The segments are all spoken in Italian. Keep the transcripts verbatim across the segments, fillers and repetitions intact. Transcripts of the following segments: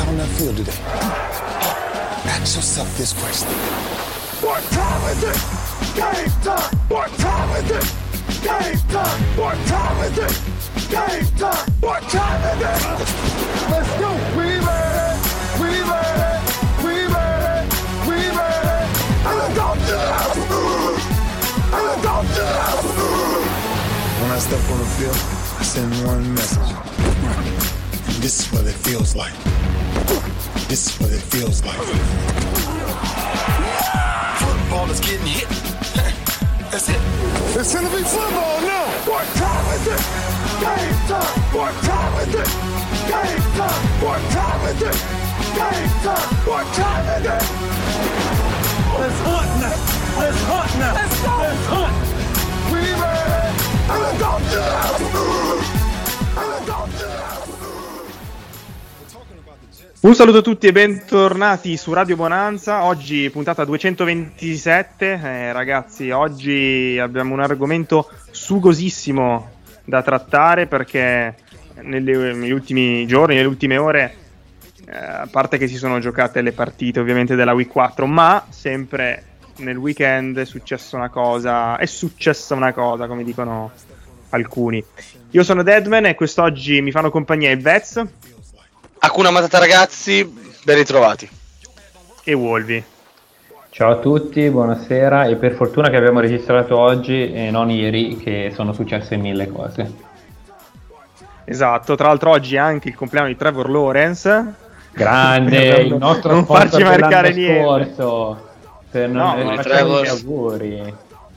out on that field today, ask yourself this question. What time is it? Game time! What time is it? Game time! What time is it? Game time! What time is it? Let's go! We ready! We ready! We ready! We ready! And let's go to the house! And let's go to the house! When I step on the field, I send one message. This is what it feels like. This is what it feels like. Football is getting hit. That's it. It's gonna be football now. What time is it? Game time. What time is it? Game time. What time is it? Game time. What time is it? It's hot now. It's hot now. Let's go. It's hot. We ready? And let's go to the house. And let's go to the house. Un saluto a tutti e bentornati su Radio Bonanza. Oggi puntata duecentoventisette. Eh, ragazzi, oggi abbiamo un argomento sugosissimo da trattare perché nelle, negli ultimi giorni, nelle ultime ore, eh, a parte che si sono giocate le partite ovviamente della week quattro, ma sempre nel weekend è successa una cosa, è successa una cosa, come dicono alcuni. Io sono Deadman e quest'oggi mi fanno compagnia il Vez. Hakuna Matata ragazzi, ben ritrovati. E Wolvi. Ciao a tutti, buonasera e per fortuna che abbiamo registrato oggi e non ieri che sono successe mille cose. Esatto, tra l'altro oggi è anche il compleanno di Trevor Lawrence. Grande, il nostro non farci marcare niente. Scorso, per non no, facciamo Trevor... gli auguri.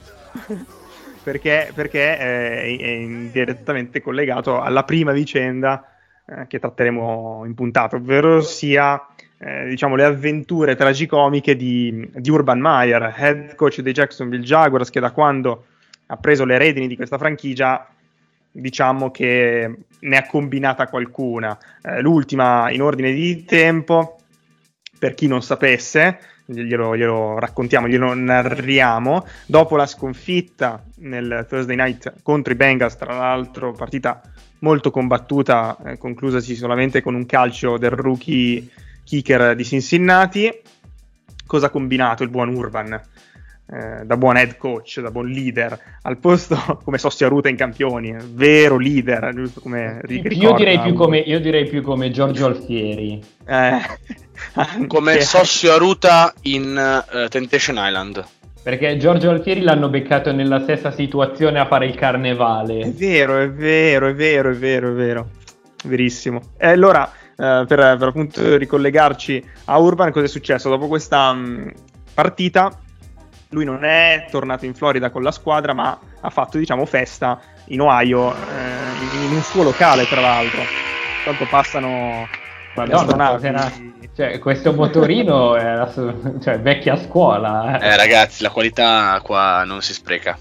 Perché, perché è, è indirettamente collegato alla prima vicenda eh, che tratteremo in puntata, ovvero sia eh, diciamo le avventure tragicomiche di, di Urban Meyer, head coach dei Jacksonville Jaguars, che da quando ha preso le redini di questa franchigia diciamo che ne ha combinata qualcuna. Eh, l'ultima in ordine di tempo, per chi non sapesse, glielo, glielo raccontiamo, glielo narriamo. Dopo la sconfitta nel Thursday night contro i Bengals, tra l'altro partita molto combattuta, eh, conclusasi solamente con un calcio del rookie kicker di Cincinnati, cosa ha combinato il buon Urban? Eh, da buon head coach, da buon leader, al posto come Sossi Aruta in Campioni, vero leader, come ricorda, io direi più come io direi più come Giorgio Alfieri, eh, come Sossio Aruta in uh, Temptation Island, perché Giorgio Alfieri l'hanno beccato nella stessa situazione a fare il carnevale. È vero, è vero, è vero, è vero, è vero, verissimo. E allora eh, per, per appunto ricollegarci a Urban, cosa è successo dopo questa mh, partita? Lui non è tornato in Florida con la squadra, ma ha fatto, diciamo, festa in Ohio, eh, in un suo locale, tra l'altro. Tanto passano le astronavi. Era, cioè, questo motorino era su, cioè, vecchia scuola. Eh ragazzi, la qualità qua non si spreca.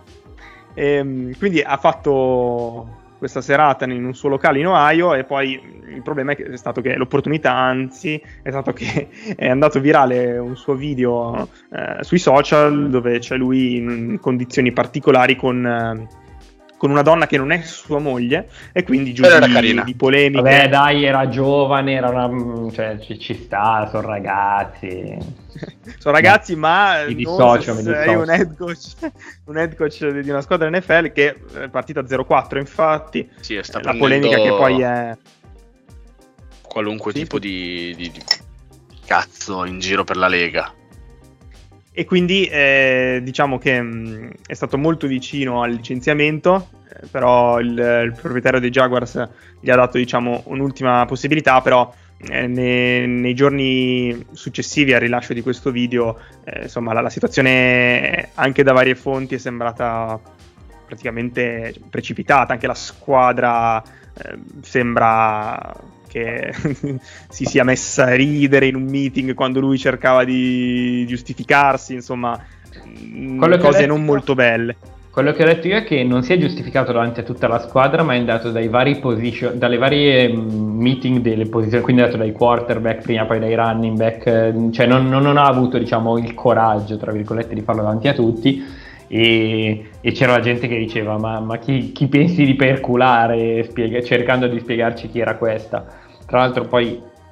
E, quindi ha fatto questa serata in un suo locale in Ohio, e poi il problema è stato che l'opportunità, anzi, è stato che è andato virale un suo video eh, sui social dove c'è lui in condizioni particolari con, eh, con una donna che non è sua moglie, e quindi giù di, di polemiche. Vabbè dai, era giovane, era una, cioè, ci, ci sta, sono ragazzi. sono ragazzi, ma, ma non se sei un head coach, un head coach di una squadra N F L che è partita zero quattro, infatti sì, sta la polemica che poi è qualunque sì, tipo sì. Di, di, di cazzo in giro per la Lega. E quindi eh, diciamo che mh, è stato molto vicino al licenziamento, eh, però il, il proprietario dei Jaguars gli ha dato, diciamo, un'ultima possibilità, però eh, ne, nei giorni successivi al rilascio di questo video, eh, insomma, la, la situazione anche da varie fonti è sembrata praticamente precipitata. Anche la squadra eh, sembra che si sia messa a ridere in un meeting quando lui cercava di giustificarsi, insomma, quello cose non molto belle. Quello che ho detto io è che non si è giustificato davanti a tutta la squadra, ma è andato dai vari position, dalle varie meeting delle posizioni, quindi è andato dai quarterback prima, poi dai running back, cioè non, non, non ha avuto, diciamo, il coraggio, tra virgolette, di farlo davanti a tutti, e, e c'era la gente che diceva ma, ma chi, chi pensi di perculare, spiega, cercando di spiegarci chi era questa. Tra l'altro poi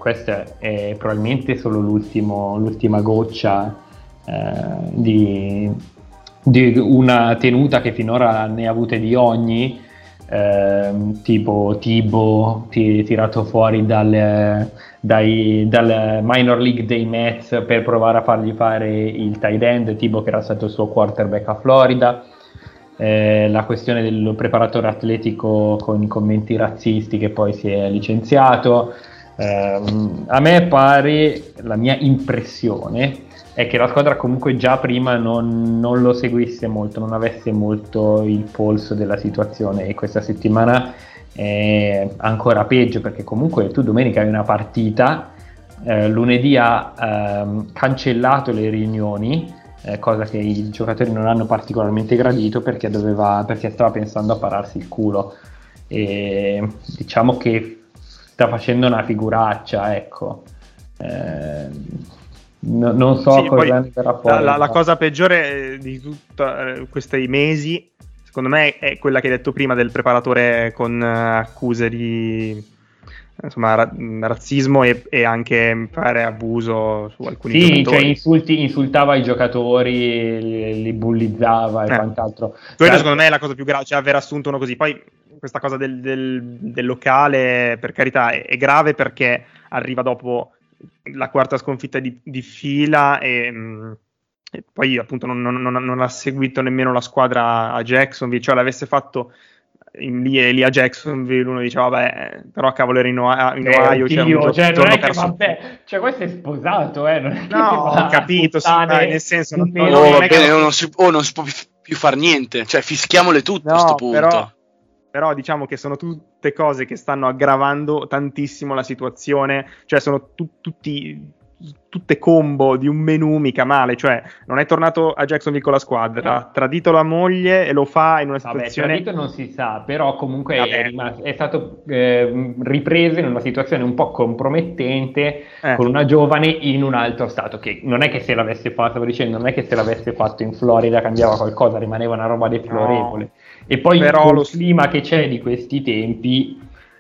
questa è probabilmente solo l'ultimo, l'ultima goccia eh, di, di una tenuta che finora ne ha avute di ogni, eh, tipo Thibaut ti, tirato fuori dal, dai, dal minor league dei Mets per provare a fargli fare il tight end, Thibaut che era stato il suo quarterback a Florida. Eh, la questione del preparatore atletico con i commenti razzisti che poi si è licenziato. Eh, a me pare, la mia impressione è che la squadra comunque già prima non, non lo seguisse molto, non avesse molto il polso della situazione, e questa settimana è ancora peggio, perché comunque tu domenica hai una partita, eh, lunedì ha ehm, cancellato le riunioni, eh, cosa che i giocatori non hanno particolarmente gradito, perché doveva, perché stava pensando a pararsi il culo, e diciamo che sta facendo una figuraccia, ecco. Eh, no, non so sì, cosa ne verrà fuori. La, la, la cosa peggiore di tutti eh, questi mesi, secondo me, è quella che hai detto prima del preparatore con uh, accuse di insomma ra- razzismo e, e anche mi pare abuso su alcuni sì, giocatori. Cioè insulti, insultava i giocatori, li, li bullizzava e eh. quant'altro. Quello secondo me è la cosa più grave, cioè aver assunto uno così. Poi questa cosa del, del, del locale, per carità, è, è grave perché arriva dopo la quarta sconfitta di, di fila e, mh, e poi appunto non, non, non, non ha seguito nemmeno la squadra a Jacksonville, cioè l'avesse fatto in, lì, lì a Jacksonville uno diceva vabbè, però cavolo era in, Ohio, in Ohio, eh, cioè, oddio, un cioè, giorno non è che perso. vabbè, cioè questo è sposato, eh, non è che no, ho capito, sì, dai, nel senso non, oh, non va è bene, che... oh, non si, oh, non si può più far niente, cioè fischiamole tutte no, a sto punto. Però, però diciamo che sono tutte cose che stanno aggravando tantissimo la situazione, cioè sono tu, tutti tutte combo di un menù mica male, cioè non è tornato a Jacksonville con la squadra, ha tradito la moglie e lo fa in una situazione... Vabbè, tradito non si sa, però comunque è, rimasto, è stato eh, ripreso in una situazione un po' compromettente eh. con una giovane in un altro stato, che non è che se l'avesse fatto, stavo dicendo, non è che se l'avesse fatto in Florida cambiava qualcosa, rimaneva una roba deplorevole. No, e poi però il lo... clima che c'è di questi tempi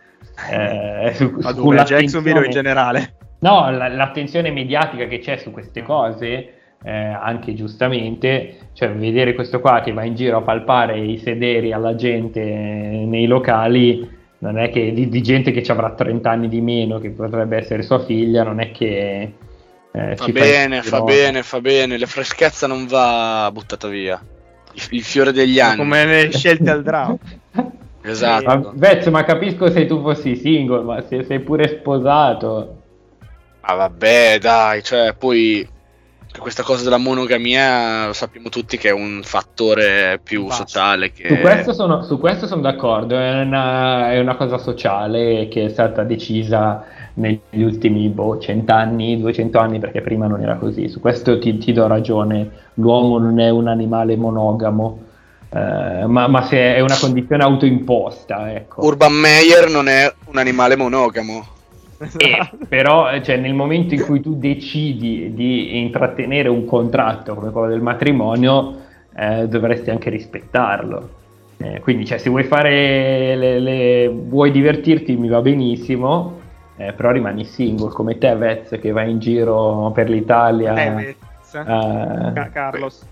eh, su, Ma dove, a Jacksonville o in generale? No, l- l'attenzione mediatica che c'è su queste cose, eh, anche giustamente, cioè vedere questo qua che va in giro a palpare i sederi alla gente nei locali, non è che di, di gente che ci avrà trenta anni di meno, che potrebbe essere sua figlia, non è che eh, fa ci bene, fa, fa bene, fa bene, la freschezza non va buttata via, il, il fiore degli anni. Come le scelte al draft. Esatto. Ma, Vezzo, ma capisco se tu fossi single, ma se sei pure sposato... Ah vabbè dai, cioè poi questa cosa della monogamia sappiamo tutti che è un fattore più Basta. sociale che... Su questo sono, su questo sono d'accordo, è una, è una cosa sociale che è stata decisa negli ultimi boh, cent'anni, duecento anni, perché prima non era così, su questo ti, ti do ragione, l'uomo non è un animale monogamo, eh, ma, ma se è una condizione autoimposta, ecco. Urban Meyer non è un animale monogamo. Eh, però cioè, nel momento in cui tu decidi di intrattenere un contratto come quello del matrimonio, eh, dovresti anche rispettarlo, eh, quindi cioè, se vuoi fare le, le, vuoi divertirti mi va benissimo, eh, però rimani single come te, Vez, che vai in giro per l'Italia. eh, Vez. Uh, Carlos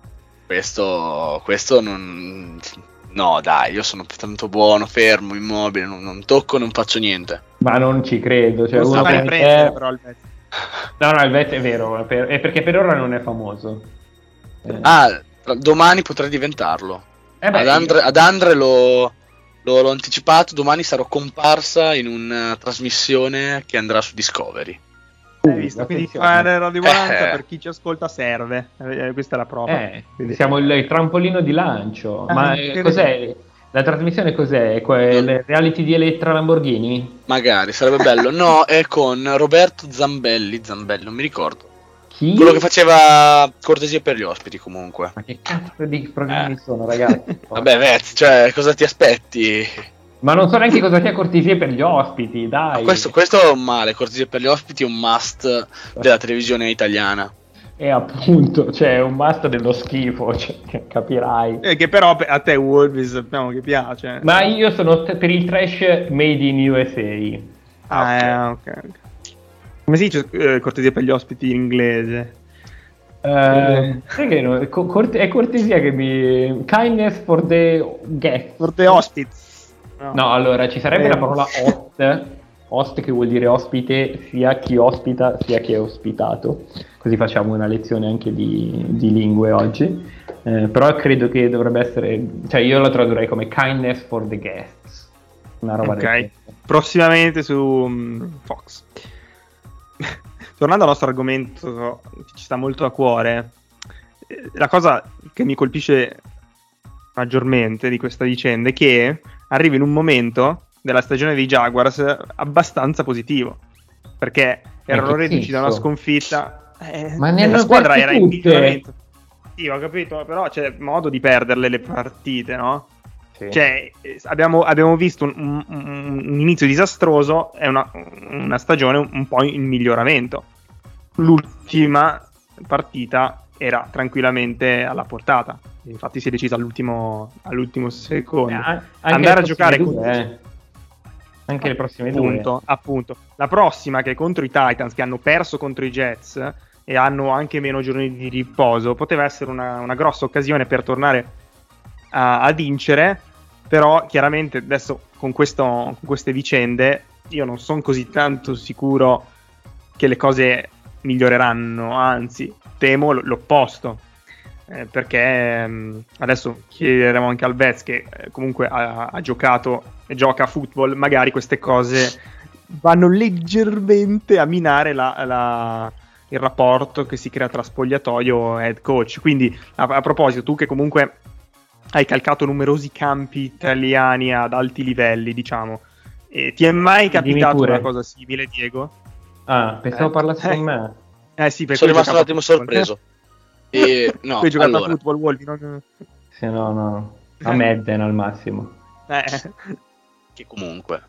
questo, questo non... No dai, io sono tanto buono, fermo, immobile, non, non tocco, non faccio niente. Ma non ci credo, cioè non uno per prendere, però il Vez. No, no, il Vez è vero, per, è perché per ora non è famoso. Eh. Ah, domani potrei diventarlo. Eh beh, ad, Andre, ad Andre lo, lo, l'ho anticipato, domani sarò comparsa in una trasmissione che andrà su Discovery. Hai visto? Quindi fare Radio quaranta eh. per chi ci ascolta serve, eh, questa è la prova. Eh, siamo il, il trampolino di lancio. Ah, ma eh, cos'è? La trasmissione cos'è? Il reality di Elettra Lamborghini? Magari, sarebbe bello. No, è con Roberto Zambelli, Zambelli, non mi ricordo. Chi? Quello che faceva cortesie per gli ospiti, comunque. Ma che cazzo di programmi eh. sono, ragazzi? Vabbè, Vez, cioè, cosa ti aspetti? Ma non so neanche cosa sia cortesie per gli ospiti, dai. Questo, questo è un male, cortesie per gli ospiti è un must della televisione italiana. E appunto, cioè, un must dello schifo, cioè, capirai. E che però a te Wolves sappiamo che piace. Ma io sono t- per il trash made in U S A. Ah, eh, ok. Come si dice eh, cortesia per gli ospiti in inglese? Eh, sai che no, co- corte- è cortesia che mi... Kindness for the guest. For the hospits. No, no allora ci sarebbe eh. la parola host, host che vuol dire ospite, sia chi ospita sia chi è ospitato. Così facciamo una lezione anche di, di lingue oggi. Eh, però credo che dovrebbe essere, cioè io la tradurrei come kindness for the guests. Una roba ok, del prossimamente su um, Fox. Tornando al nostro argomento che ci sta molto a cuore, la cosa che mi colpisce maggiormente di questa vicenda è che arriva in un momento della stagione dei Jaguars abbastanza positivo, perché erano reduci da una sconfitta, eh, ma ne la squadra era in tutte. miglioramento. Sì, ho capito, però c'è modo di perderle le partite, no? Sì. Cioè, abbiamo, abbiamo visto un, un, un inizio disastroso e una, una stagione un, un po' in miglioramento. L'ultima partita era tranquillamente alla portata, infatti si è decisa all'ultimo, all'ultimo secondo. Eh, andare a giocare due, con eh. anche le prossime appunto, due. Appunto, la prossima che è contro i Titans, che hanno perso contro i Jets e hanno anche meno giorni di riposo, poteva essere una, una grossa occasione per tornare a, a vincere. Però chiaramente adesso con, questo, con queste vicende io non sono così tanto sicuro che le cose miglioreranno, anzi temo l- l'opposto, eh, perché mh, adesso chiederemo anche al Vez che eh, comunque ha, ha giocato e gioca a football, magari queste cose vanno leggermente a minare la, la, il rapporto che si crea tra spogliatoio e head coach. Quindi a, a proposito, tu che comunque hai calcato numerosi campi italiani ad alti livelli, diciamo, e ti è mai capitato una cosa simile, Diego? Ah, pensavo eh? parlassi eh. con me. Eh sì, perché sono rimasto un attimo sorpreso. E, no, tu hai giocato allora. a football, Wolvi? Non... Sì, no, no. A Madden al massimo. Eh. Che comunque.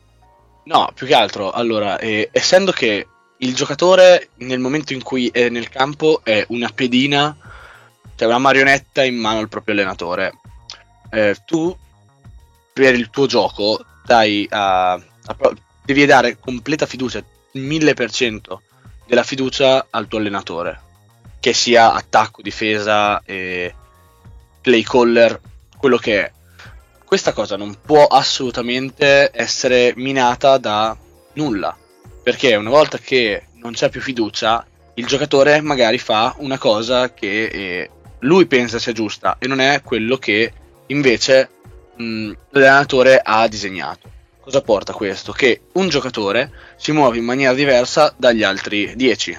No, più che altro, allora, eh, essendo che il giocatore nel momento in cui è nel campo è una pedina, cioè una marionetta in mano al proprio allenatore, eh, tu per il tuo gioco dai a, a, devi dare completa fiducia, mille per cento della fiducia al tuo allenatore, che sia attacco, difesa, e play caller, quello che è. Questa cosa non può assolutamente essere minata da nulla, perché una volta che non c'è più fiducia, il giocatore magari fa una cosa che eh, lui pensa sia giusta e non è quello che invece mh, l'allenatore ha disegnato. Cosa porta questo? Che un giocatore si muove in maniera diversa dagli altri dieci.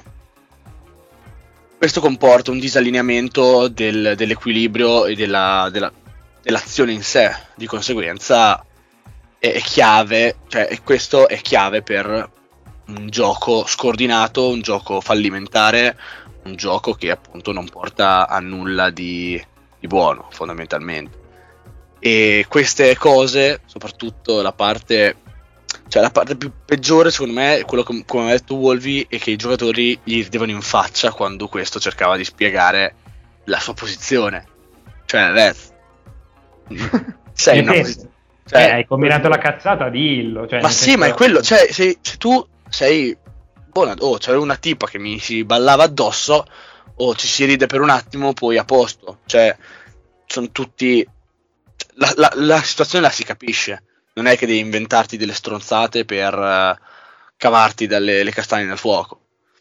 Questo comporta un disallineamento del, dell'equilibrio e della, della, dell'azione in sé. Di conseguenza è, è chiave, cioè questo è chiave per un gioco scordinato, un gioco fallimentare, un gioco che appunto non porta a nulla di, di buono, fondamentalmente. E queste cose, soprattutto la parte, cioè la parte più peggiore secondo me è quello che, come ha detto Wolvi, è che i giocatori gli ridevano in faccia quando questo cercava di spiegare la sua posizione. Cioè, Rez, sei una posizione, cioè, eh, hai combinato la cazzata, dillo. Cioè, ma sì, senso... ma è quello, cioè se, se tu sei buona, oh, c'era una tipa che mi si ballava addosso, o oh, ci si ride per un attimo, poi a posto. Cioè, sono tutti... La, la, la situazione la si capisce, non è che devi inventarti delle stronzate per uh, cavarti dalle le castagne dal fuoco.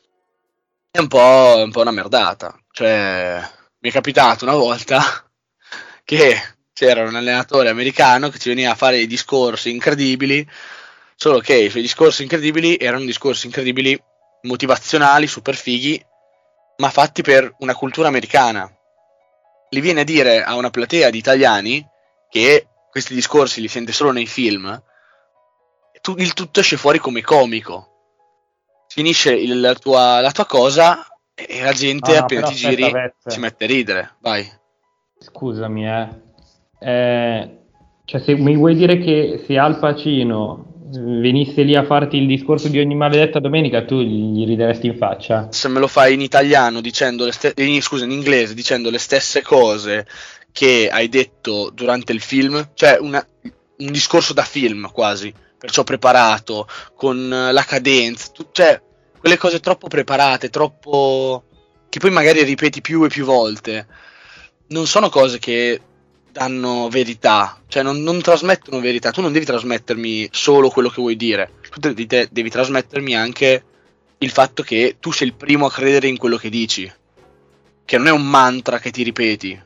È un po', un po' una merdata. Cioè, mi è capitato una volta che c'era un allenatore americano che ci veniva a fare dei discorsi incredibili, solo che i suoi discorsi incredibili erano discorsi incredibili, motivazionali, super fighi, ma fatti per una cultura americana. Li viene a dire a una platea di italiani che questi discorsi li sente solo nei film, tu, il tutto esce fuori come comico. Finisce il, la, tua, la tua cosa e la gente no, no, appena ti aspetta, giri Vezze. si mette a ridere. Vai. Scusami, eh. eh. Cioè, se mi vuoi dire che se Al Pacino venisse lì a farti il discorso di ogni maledetta domenica, tu gli rideresti in faccia? Se me lo fai in italiano dicendo le ste- in, scusa, in inglese dicendo le stesse cose che hai detto durante il film, cioè una, un discorso da film quasi, perciò preparato, con la cadenza, tu, cioè quelle cose troppo preparate, troppo che poi magari ripeti più e più volte, non sono cose che danno verità, cioè non, non trasmettono verità. Tu non devi trasmettermi solo quello che vuoi dire, tu devi, devi trasmettermi anche il fatto che tu sei il primo a credere in quello che dici, che non è un mantra che ti ripeti.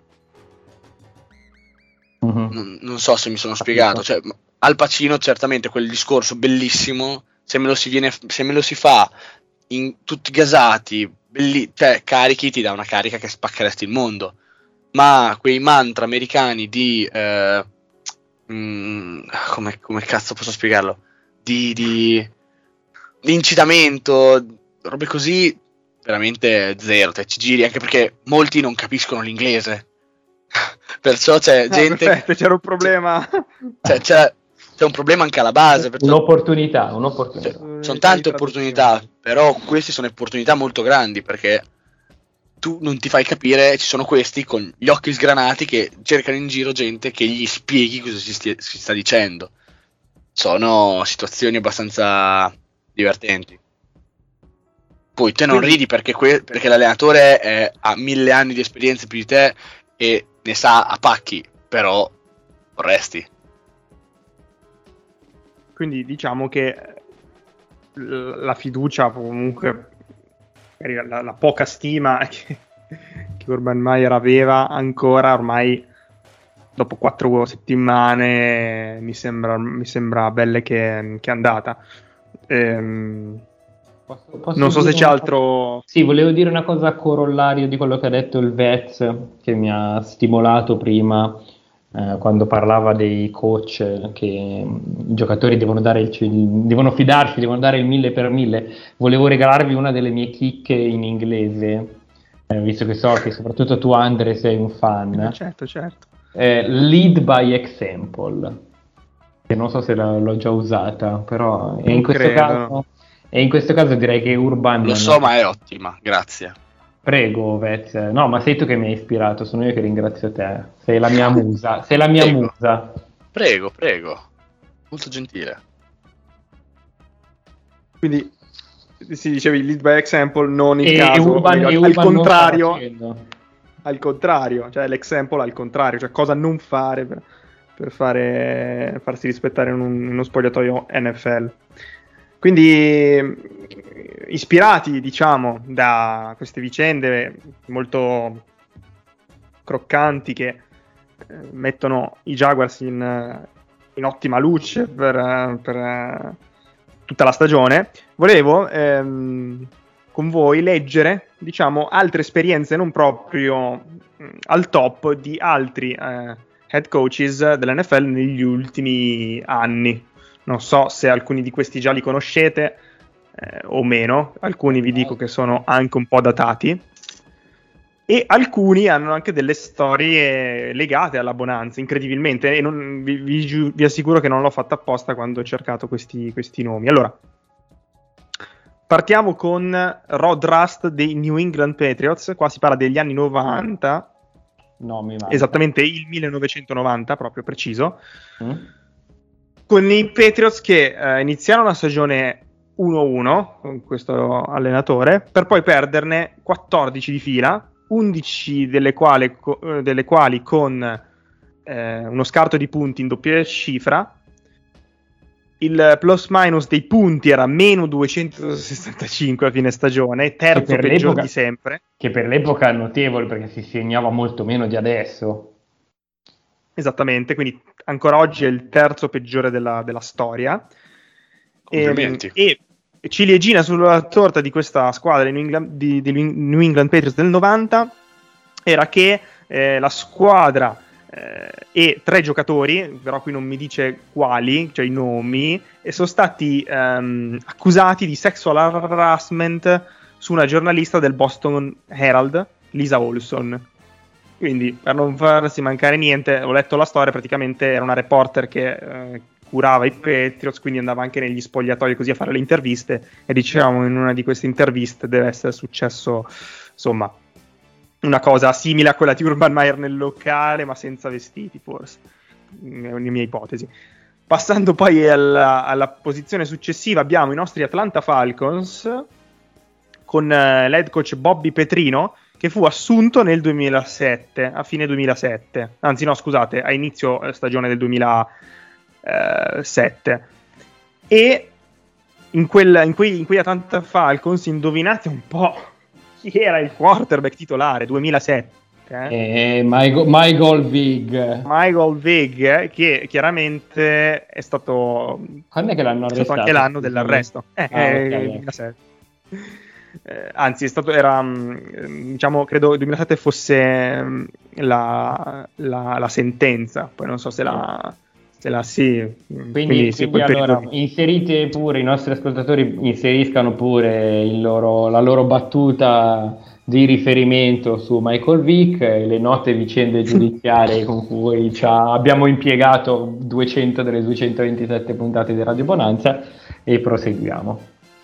Uh-huh. non, non so se mi sono spiegato, cioè Al Pacino certamente quel discorso bellissimo, se me lo si viene, se me lo si fa in tutti gasati, belli, cioè carichi, ti dà una carica che spaccheresti il mondo. Ma quei mantra americani di eh, mh, come, come cazzo posso spiegarlo? Di, di, di incitamento, robe così, veramente zero, te ci giri, anche perché molti non capiscono l'inglese. Perciò c'è ah, gente. Perfetto, c'era un problema. Cioè, c'è, c'è un problema anche alla base. Perciò, un'opportunità, un'opportunità. Cioè, sono tante opportunità, però queste sono opportunità molto grandi perché tu non ti fai capire, ci sono questi con gli occhi sgranati che cercano in giro gente che gli spieghi cosa si, stia, si sta dicendo. Sono situazioni abbastanza divertenti. Poi te non Quindi, ridi perché, que- perché l'allenatore è, ha mille anni di esperienza più di te e ne sa a pacchi, però vorresti. Quindi diciamo che la fiducia, comunque la, la poca stima che, che Urban Meyer aveva ancora ormai dopo quattro settimane mi sembra, mi sembra belle che, che è andata. Ehm, Posso, posso non so se c'è una... altro. Sì, volevo dire una cosa a corollario di quello che ha detto il Vez, che mi ha stimolato prima eh, quando parlava dei coach, che i giocatori devono dare il, devono fidarsi, devono dare il mille per mille. Volevo regalarvi una delle mie chicche in inglese, eh, visto che so che soprattutto tu, Andre, sei un fan. Eh, certo, certo. Eh, lead by example, che non so se la, l'ho già usata, però è in questo credo. caso... E in questo caso direi che Urban... Lo so, ma è ottima, grazie. Prego, Vez. No, ma sei tu che mi hai ispirato, sono io che ringrazio te. Sei la mia musa, sei la mia prego. musa. Prego, prego. Molto gentile. Quindi, si dicevi lead by example, non il E, caso. e Urban, al, e al Urban contrario, non al contrario, cioè l'example al contrario, cioè cosa non fare per, per fare, farsi rispettare in, un, in uno spogliatoio N F L. Quindi, ispirati, diciamo, da queste vicende molto croccanti che eh, mettono i Jaguars in, in ottima luce per, per tutta la stagione, volevo ehm, con voi leggere, diciamo, altre esperienze non proprio mh, al top di altri eh, head coaches dell'N F L negli ultimi anni. Non so se alcuni di questi già li conoscete eh, o meno, alcuni vi dico che sono anche un po' datati e alcuni hanno anche delle storie legate alla Bonanza, incredibilmente, e non, vi, vi, vi assicuro che non l'ho fatta apposta quando ho cercato questi, questi nomi. Allora, partiamo con Rod Rust dei New England Patriots, qua si parla degli anni novanta, no, mi esattamente il millenovecentonovanta, proprio preciso, mm? con i Patriots che eh, iniziarono la stagione uno uno con questo allenatore, per poi perderne quattordici di fila, undici delle quali, co- delle quali con eh, uno scarto di punti in doppia cifra. Il plus minus dei punti era meno duecentosessantacinque a fine stagione, terzo peggior di sempre. Che per l'epoca è notevole perché si segnava molto meno di adesso. Esattamente, quindi ancora oggi è il terzo peggiore della, della storia. Complimenti. E, e ciliegina sulla torta di questa squadra di New England, di, di New England Patriots del novanta era che eh, la squadra eh, e tre giocatori, però qui non mi dice quali, cioè i nomi, e sono stati ehm, accusati di sexual harassment su una giornalista del Boston Herald, Lisa Olson. Quindi, per non farsi mancare niente, ho letto la storia, praticamente era una reporter che eh, curava i Patriots, quindi andava anche negli spogliatoi così a fare le interviste, e dicevamo in una di queste interviste deve essere successo, insomma, una cosa simile a quella di Urban Meyer nel locale, ma senza vestiti, forse, nelle mie ipotesi. Passando poi alla, alla posizione successiva abbiamo i nostri Atlanta Falcons, con uh, l'head coach Bobby Petrino, che fu assunto nel duemilasette, a fine duemilasette, anzi no scusate, a inizio stagione del duemilasette. E in, quel, in, quei, in quei Atlanta Falcons, indovinate un po' chi era il quarterback titolare, duemilasette. Eh? Eh, Michael, Michael Vick. Michael Vick, che chiaramente è stato... Quando è che l'hanno arrestato? È stato anche l'anno dell'arresto. Eh, ah, eh, okay. duemilasette. Eh, anzi, è stato, era, diciamo, credo il duemilasette fosse la, la, la sentenza, poi non so se la... Se la sì, quindi, quindi, sì, quindi allora inserite pure, i nostri ascoltatori inseriscano pure il loro, la loro battuta di riferimento su Michael Vick, le note vicende giudiziarie con cui ci ha, abbiamo impiegato duecento delle duecentoventisette puntate di Radio Bonanza, e proseguiamo.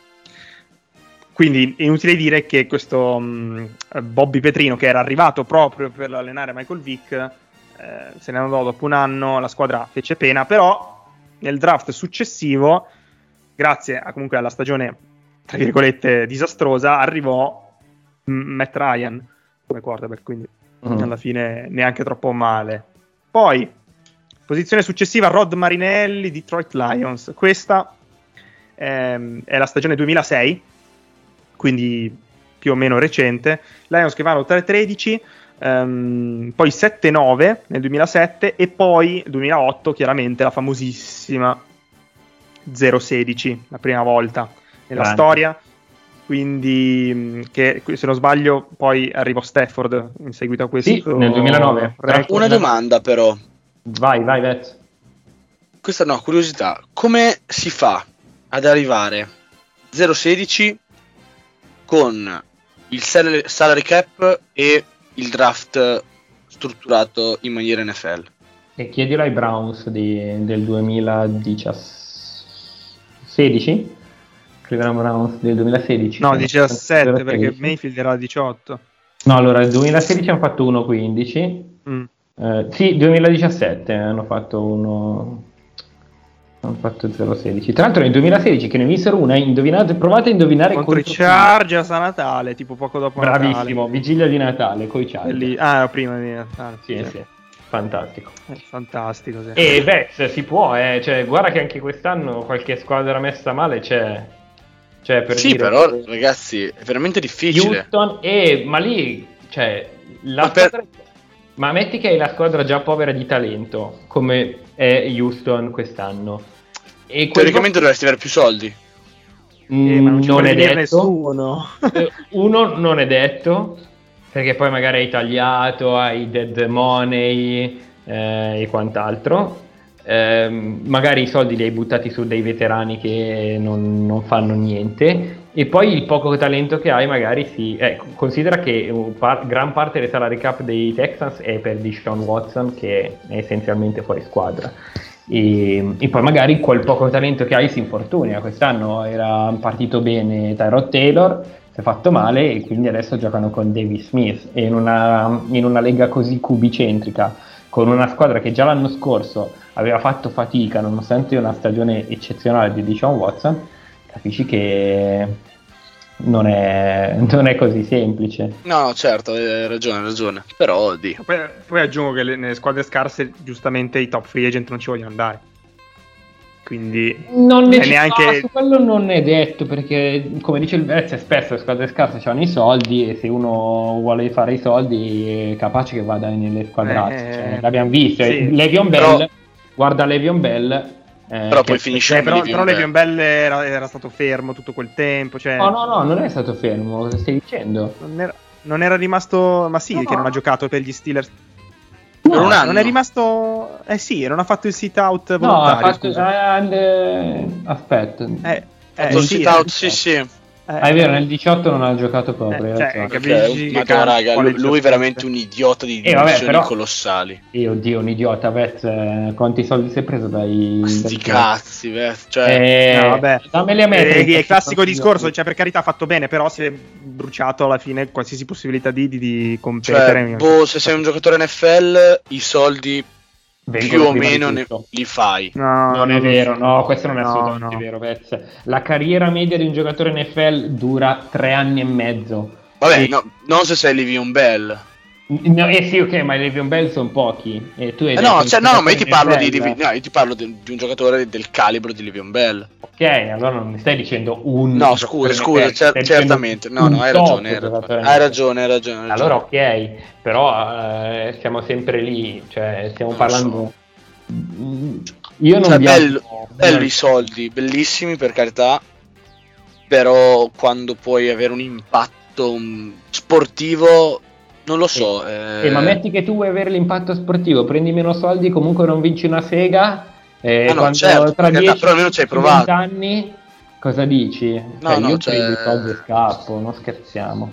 Quindi è inutile dire che questo um, Bobby Petrino, che era arrivato proprio per allenare Michael Vick, Eh, se ne andò dopo un anno, la squadra fece pena, però nel draft successivo, grazie a, comunque alla stagione tra virgolette disastrosa, arrivò Matt Ryan come quarterback, quindi mm. alla fine neanche troppo male. Poi posizione successiva, Rod Marinelli, Detroit Lions. Questa ehm, è la stagione duemilasei, quindi più o meno recente. Lions che vanno tre tredici, Um, poi sette nove nel duemilasette, e poi duemilaotto chiaramente la famosissima zero sedici, la prima volta nella Grande. storia, quindi che se non sbaglio poi arrivò Stafford in seguito a questo. Sì, nel duemilanove. record. Una domanda però, vai vai Vez. questa no, curiosità, come si fa ad arrivare zero sedici con il salary, salary cap e il draft strutturato in maniera N F L? E chiedilo ai Browns di, del duemilasedici? Cleveland Browns del duemilasedici? No, diciassette, perché Mayfield era diciotto. No, allora il duemilasedici hanno fatto uno quindici. Mm. Eh, sì, duemiladiciassette hanno fatto uno... hanno fatto zero sedici. Tra l'altro nel duemilasedici che ne vissero una, indovinate, provate a indovinare contro, contro i Chargers a Natale, tipo poco dopo Bravissimo, Natale. Bravissimo, vigilia di Natale coi Chargers. Lì, ah, prima di Natale. Sì, sì, sì. Fantastico. È fantastico, sì. E beh, si può, eh. Cioè, guarda che anche quest'anno qualche squadra messa male c'è. Cioè, per sì, dire, però, ragazzi, è veramente difficile. Houston, e ma lì, cioè, la ma, per... squadra... ma metti che hai la squadra già povera di talento, come è Houston quest'anno. E teoricamente dovresti avere più soldi. Mm, eh, ma non, non è detto. Nessuno. Uno non è detto, perché poi magari hai tagliato, hai dead money eh, e quant'altro. Eh, magari i soldi li hai buttati su dei veterani che non, non fanno niente, e poi il poco talento che hai magari si... Eh, considera che par- gran parte del salary cap dei Texans è per Deshaun Watson, che è essenzialmente fuori squadra. E, e poi magari quel poco talento che hai si infortuna. Quest'anno era partito bene Tyrod Taylor, si è fatto male, e quindi adesso giocano con Davis Smith, e in una, in una lega così cubicentrica, con una squadra che già l'anno scorso aveva fatto fatica nonostante una stagione eccezionale di Deshaun Watson, capisci che non è, non è così semplice. No, certo, hai ragione, hai ragione, però di. Poi, poi aggiungo che le, nelle squadre scarse giustamente i top free agent non ci vogliono andare, quindi non ne è neanche... no, quello non è detto, perché come dice il Vez, spesso le squadre scarse hanno i soldi, e se uno vuole fare i soldi è capace che vada nelle squadrate, eh, cioè, l'abbiamo visto, sì. Le'Veon Bell, però... guarda Le'Veon Bell, eh, però poi finisce eh, però, però Le'Veon Bell era, era stato fermo tutto quel tempo, cioè... no no no non è stato fermo, cosa stai dicendo? Non era, non era rimasto, ma sì, no, che non ha giocato per gli Steelers. No, un anno. Non è rimasto. Eh sì, non ha fatto il sit out volontario. No, ha fatto. And, uh, aspetta. Eh, eh, il sì, sit out, eh, sì, sì. Eh, ah, è vero, nel diciotto non ha giocato proprio. Eh, cioè, okay, ma car- raga, lui, lui è veramente un idiota di dimensioni eh, colossali. Io, oddio, un idiota, Vez, eh, quanti soldi si è preso dai... Sti cazzi, Vez, cioè... Eh, no, vabbè, dammeli a me. Eh, è il classico discorso, cioè per carità ha fatto bene, però si è bruciato alla fine qualsiasi possibilità di, di, di competere. Cioè, boh, se sei un giocatore N F L, i soldi più o meno ne, li fai. No, non è vero, no, questo non è no, assolutamente no. vero, Vez. La carriera media di un giocatore N F L dura tre anni e mezzo. Vabbè, e... no, non se sei Le'Veon Bell. No, eh sì, ok, ma i Le'Veon Bell sono pochi. E tu hai eh no, cioè, no, ma io ti parlo di, di, no, io ti parlo di, di un giocatore del calibro di Le'Veon Bell. Ok, allora non mi stai dicendo un. No, scusa, scusa, cer- certamente. No, no, hai ragione, hai ragione, hai ragione, hai ragione. Allora, ok, però eh, siamo sempre lì, cioè stiamo non parlando. So. Io non cioè, viaggio, bello, bello i soldi, bellissimi per carità, però quando puoi avere un impatto un sportivo. Non lo so. Eh... Eh, ma metti che tu vuoi avere l'impatto sportivo, prendi meno soldi, comunque non vinci una sega. Eh, ah, no, certo, tra dieci però almeno ci hai provato. anni, cosa dici? No, cioè, no, io cioè... prendo i soldi e scappo, non scherziamo.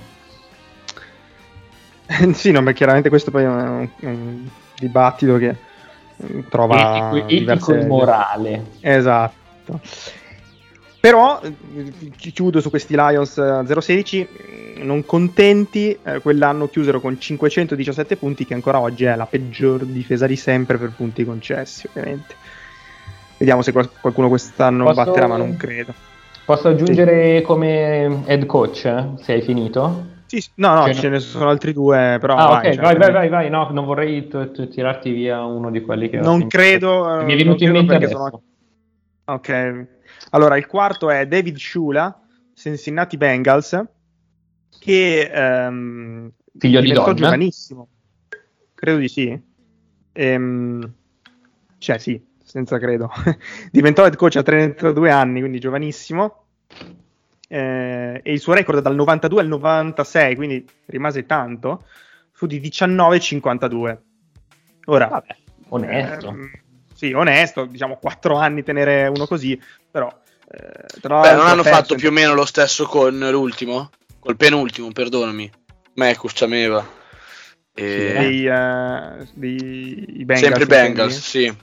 Sì, no, beh, chiaramente questo poi è un, un dibattito che trova etico, diverse... etico e morale. Esatto. Però chiudo su questi Lions zero sedici, non contenti, eh, quell'anno chiusero con cinquecentodiciassette punti, che ancora oggi è la peggior difesa di sempre per punti concessi, ovviamente. Vediamo se qualcuno quest'anno Posso... batterà, ma non credo. Posso aggiungere sì. come head coach, eh? Se hai finito? Sì, no, no, cioè, ce no. ne sono altri due, però ah, vai, ok, vai, vai, vai, vai, no, non vorrei t- t- tirarti via uno di quelli che non ho credo, mi è venuto in mente adesso. Sono... Ok. Allora, il quarto è David Shula, Cincinnati Bengals, che ehm, figlio di donna, giovanissimo, credo di sì, ehm, cioè sì, senza credo, diventò head coach a trentadue anni, quindi giovanissimo, eh, e il suo record dal novantadue al novantasei, quindi rimase tanto, fu di diciannove cinquantadue. Ora, vabbè, onesto. Ehm, sì, onesto, diciamo quattro anni tenere uno così, però eh, tra Beh, non hanno fatto più o meno lo stesso con l'ultimo? Col penultimo, perdonami. Mekus Ciameva. E... Dei, uh, dei i Bengals. Sempre Bengals, sì.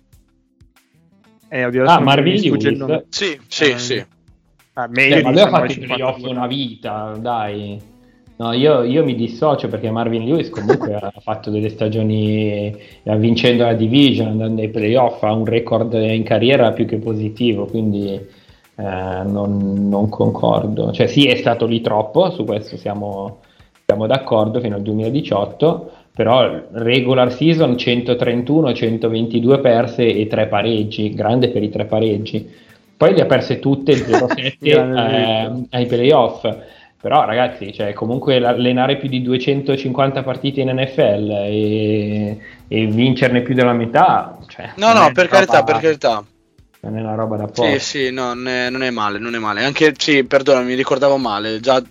Eh, oddio, ah, Marvin Lewis? Sì, sì, eh, sì. Ah, meglio eh, di ma lui ha fatto i playoff una vita, dai. No, io, io mi dissocio perché Marvin Lewis comunque ha fatto delle stagioni eh, vincendo la division, andando ai playoff, ha un record in carriera più che positivo, quindi eh, non, non concordo. Cioè sì, è stato lì troppo, su questo siamo, siamo d'accordo, fino al duemiladiciotto, però regular season centotrentuno, centoventidue perse e tre pareggi, grande per i tre pareggi. Poi le ha perse tutte zero sette eh, ai playoff. Però ragazzi, cioè, comunque allenare più di duecentocinquanta partite in N F L e, e vincerne più della metà, cioè, no no, per carità, roba, per carità, non è una roba da poco. Sì, sì, no, non è, non è male, non è male. Anche, sì, perdona, mi ricordavo male, già,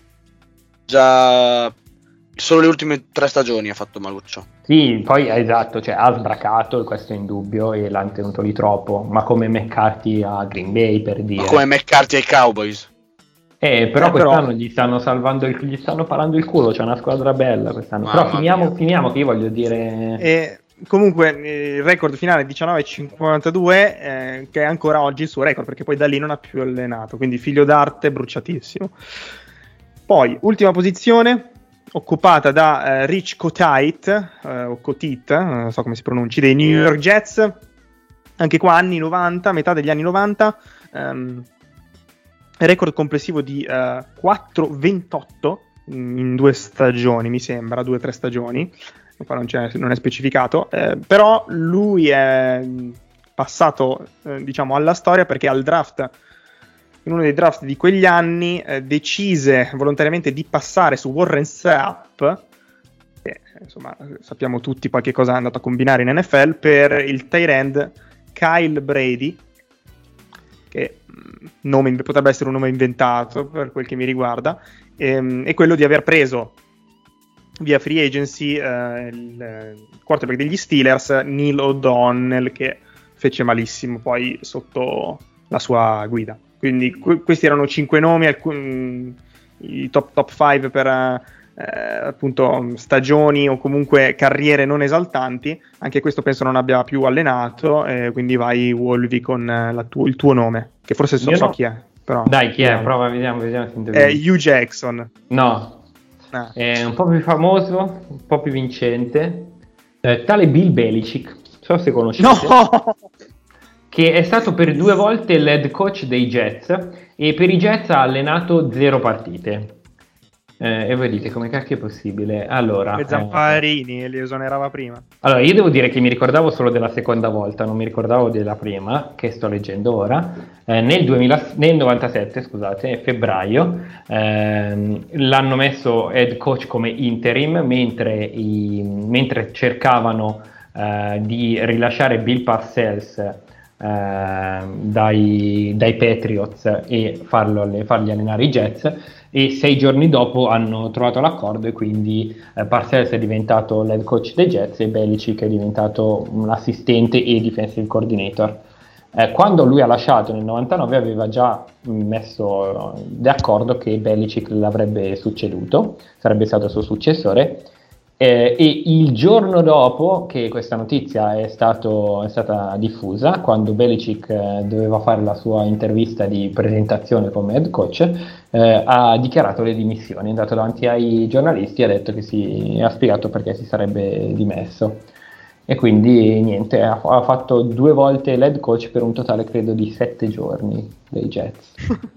già solo le ultime tre stagioni ha fatto maluccio. Sì, poi esatto, cioè, ha sbracato, questo è indubbio, e l'hanno tenuto lì troppo, ma come McCarthy a Green Bay, per dire. Ma come McCarthy ai Cowboys. Eh, però eh, quest'anno però... gli stanno salvando il, gli stanno parando il culo, c'è una squadra bella quest'anno. Però finiamo, finiamo che io voglio dire... E comunque il record finale è diciannove cinquantadue, eh, che è ancora oggi il suo record, perché poi da lì non ha più allenato, quindi figlio d'arte, bruciatissimo. Poi, ultima posizione, occupata da eh, Rich Kotite, eh, o Kotite, non so come si pronunci, dei New York Jets, anche qua anni novanta, metà degli anni novanta, ehm, record complessivo di uh, quattro ventotto in due stagioni, mi sembra, due o tre stagioni, qua non, c'è, non è specificato, eh, però lui è passato eh, diciamo alla storia perché al draft, in uno dei draft di quegli anni, eh, decise volontariamente di passare su Warren Sapp, che insomma sappiamo tutti poi che cosa è andato a combinare in N F L, per il tight end Kyle Brady, che nome, potrebbe essere un nome inventato per quel che mi riguarda, ehm, e quello di aver preso via free agency eh, il quarterback degli Steelers, Neil O'Donnell, che fece malissimo poi sotto la sua guida. Quindi que- questi erano cinque nomi, alcun, i top top five per eh, appunto stagioni o comunque carriere non esaltanti. Anche questo penso non abbia più allenato, eh, quindi vai Wolvi con la tu- il tuo nome, che forse so, so no. chi è, però dai, chi vediamo. è? Prova, vediamo, vediamo se è Hugh Jackson. No, ah. È un po' più famoso, un po' più vincente, eh, tale Bill Belichick. so se conoscete, No! che è stato per due volte l'head coach dei Jets e per i Jets ha allenato zero partite. Eh, e voi dite come cacchio è possibile? Allora, Le Zamparini, eh, li esonerava prima. Allora, io devo dire che mi ricordavo solo della seconda volta, non mi ricordavo della prima, che sto leggendo ora. Eh, nel, duemila, nel novantasette, scusate, febbraio, ehm, l'hanno messo head coach come interim, mentre, i, mentre cercavano eh, di rilasciare Bill Parcells eh, dai, dai Patriots e farlo, fargli allenare i Jets. E sei giorni dopo hanno trovato l'accordo e quindi eh, Parcells è diventato l'head coach dei Jets e Belichick è diventato un assistente e defensive coordinator. Eh, quando lui ha lasciato nel novantanove aveva già messo d'accordo che Belichick l'avrebbe succeduto, sarebbe stato il suo successore. Eh, e il giorno dopo che questa notizia è, stato, è stata diffusa, quando Belichick eh, doveva fare la sua intervista di presentazione come head coach, eh, ha dichiarato le dimissioni, è andato davanti ai giornalisti e ha detto che si ha spiegato perché si sarebbe dimesso. E quindi niente, ha, ha fatto due volte l'head coach per un totale credo di sette giorni dei Jets.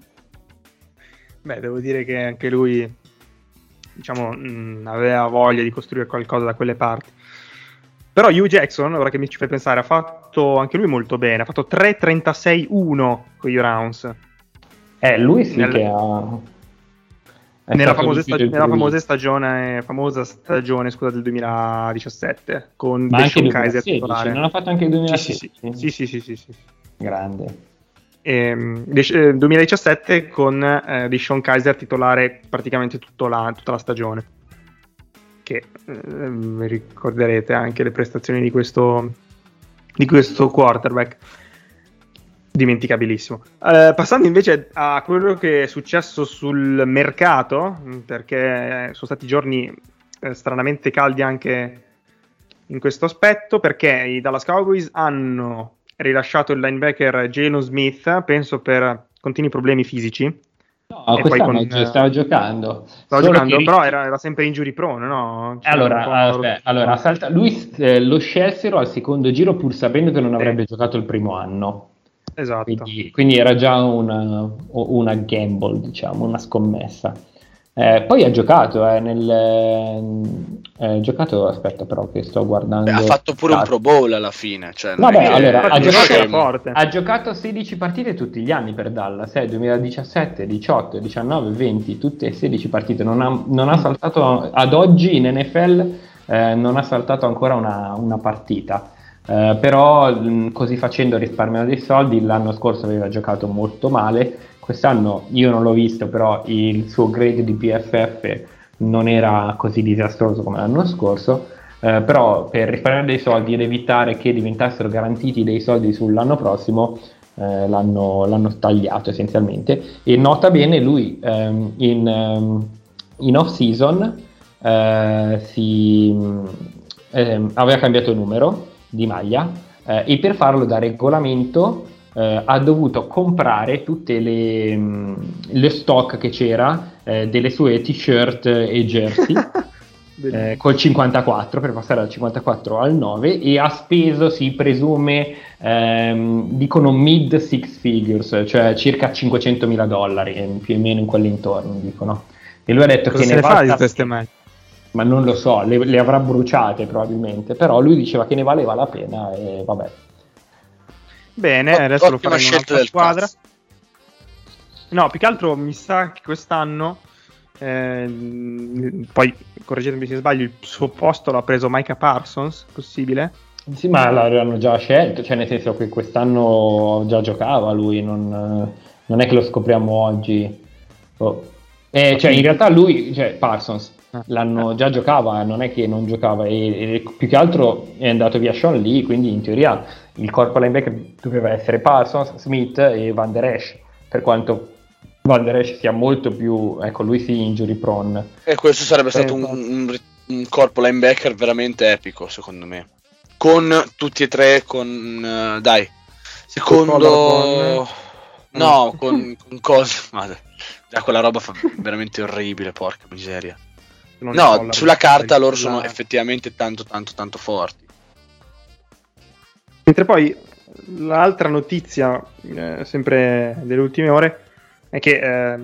Beh, devo dire che anche lui, diciamo, mh, aveva voglia di costruire qualcosa da quelle parti. Però Hugh Jackson, ora che mi ci fai pensare, ha fatto anche lui molto bene, ha fatto tre trentasei uno con i Browns. Eh, lui sì Nel... che ha... Nella, famosa, stag- nella famosa stagione famosa stagione scusa del duemiladiciassette con Deshaun Kaiser titolare. Non ha fatto anche il duemilasedici? Sì, sì, sì, sì, sì. Grande. Ehm, eh, duemiladiciassette con eh, Deshaun Kaiser titolare praticamente tutto la, tutta la stagione, che eh, ricorderete anche le prestazioni di questo di questo quarterback dimenticabilissimo. Eh, passando invece a quello che è successo sul mercato, perché sono stati giorni eh, stranamente caldi anche in questo aspetto, perché i Dallas Cowboys hanno rilasciato il linebacker Jalen Smith, penso per continui problemi fisici. No, quest'anno con, stava giocando. Stava giocando, che... però era, era sempre injury prone, no? Cioè, allora, aspetta, allora salta, lui eh, lo scelsero al secondo giro pur sapendo che non avrebbe sì. giocato il primo anno. Esatto. Quindi, quindi era già una, una gamble, diciamo, una scommessa. Eh, poi ha giocato, eh, nel eh, giocato, aspetta però che sto guardando. Beh, ha fatto pure un Pro Bowl alla fine. Cioè, Vabbè, allora, ha giocato, forte. ha giocato sedici partite tutti gli anni per Dallas, eh, duemiladiciassette, diciotto, diciannove, venti, tutte sedici partite. Non ha, non ha saltato, ad oggi in N F L eh, non ha saltato ancora una, una partita. Uh, però mh, così facendo risparmiano dei soldi. L'anno scorso aveva giocato molto male, quest'anno io non l'ho visto, però il suo grade di P F F non era così disastroso come l'anno scorso, uh, però per risparmiare dei soldi ed evitare che diventassero garantiti dei soldi sull'anno prossimo uh, l'hanno, l'hanno tagliato essenzialmente. E nota bene lui um, in, um, in off season uh, si, um, aveva cambiato numero di maglia eh, e per farlo da regolamento eh, ha dovuto comprare tutte le, mh, le stock che c'era eh, delle sue t-shirt e jersey eh, col cinquantaquattro per passare dal cinquantaquattro al nove, e ha speso, si presume, ehm, dicono mid six figures, cioè circa cinquecentomila dollari, più o meno in quell'intorno dicono. E lui ha detto cosa che se ne ne fa di queste maglie? Ma non lo so, le, le avrà bruciate probabilmente, però lui diceva che ne valeva la pena e vabbè. Bene, Ottima adesso lo farà in un'altra del squadra. cazzo. No, più che altro mi sa che quest'anno, eh, poi correggetemi se sbaglio, il suo posto l'ha preso Micah Parsons, possibile? Sì, ma l'avevano già scelto, cioè nel senso che quest'anno già giocava lui, non, non è che lo scopriamo oggi. Oh. Eh, cioè in realtà lui, cioè Parsons, l'anno già giocava, non è che non giocava, e, e più che altro è andato via Sean Lee, quindi in teoria il corpo linebacker doveva essere Parsons, Smith e Van Der Esch, per quanto Van Der Esch sia molto più, ecco, lui sì, injury prone. E questo sarebbe stato eh, un, un, un corpo linebacker veramente epico, secondo me, con tutti e tre, con uh, dai secondo no con, con cose, madre, già quella roba fa veramente orribile, porca miseria. No, sulla carta loro sono effettivamente tanto tanto tanto forti. Mentre poi l'altra notizia, eh, sempre delle ultime ore, è che eh,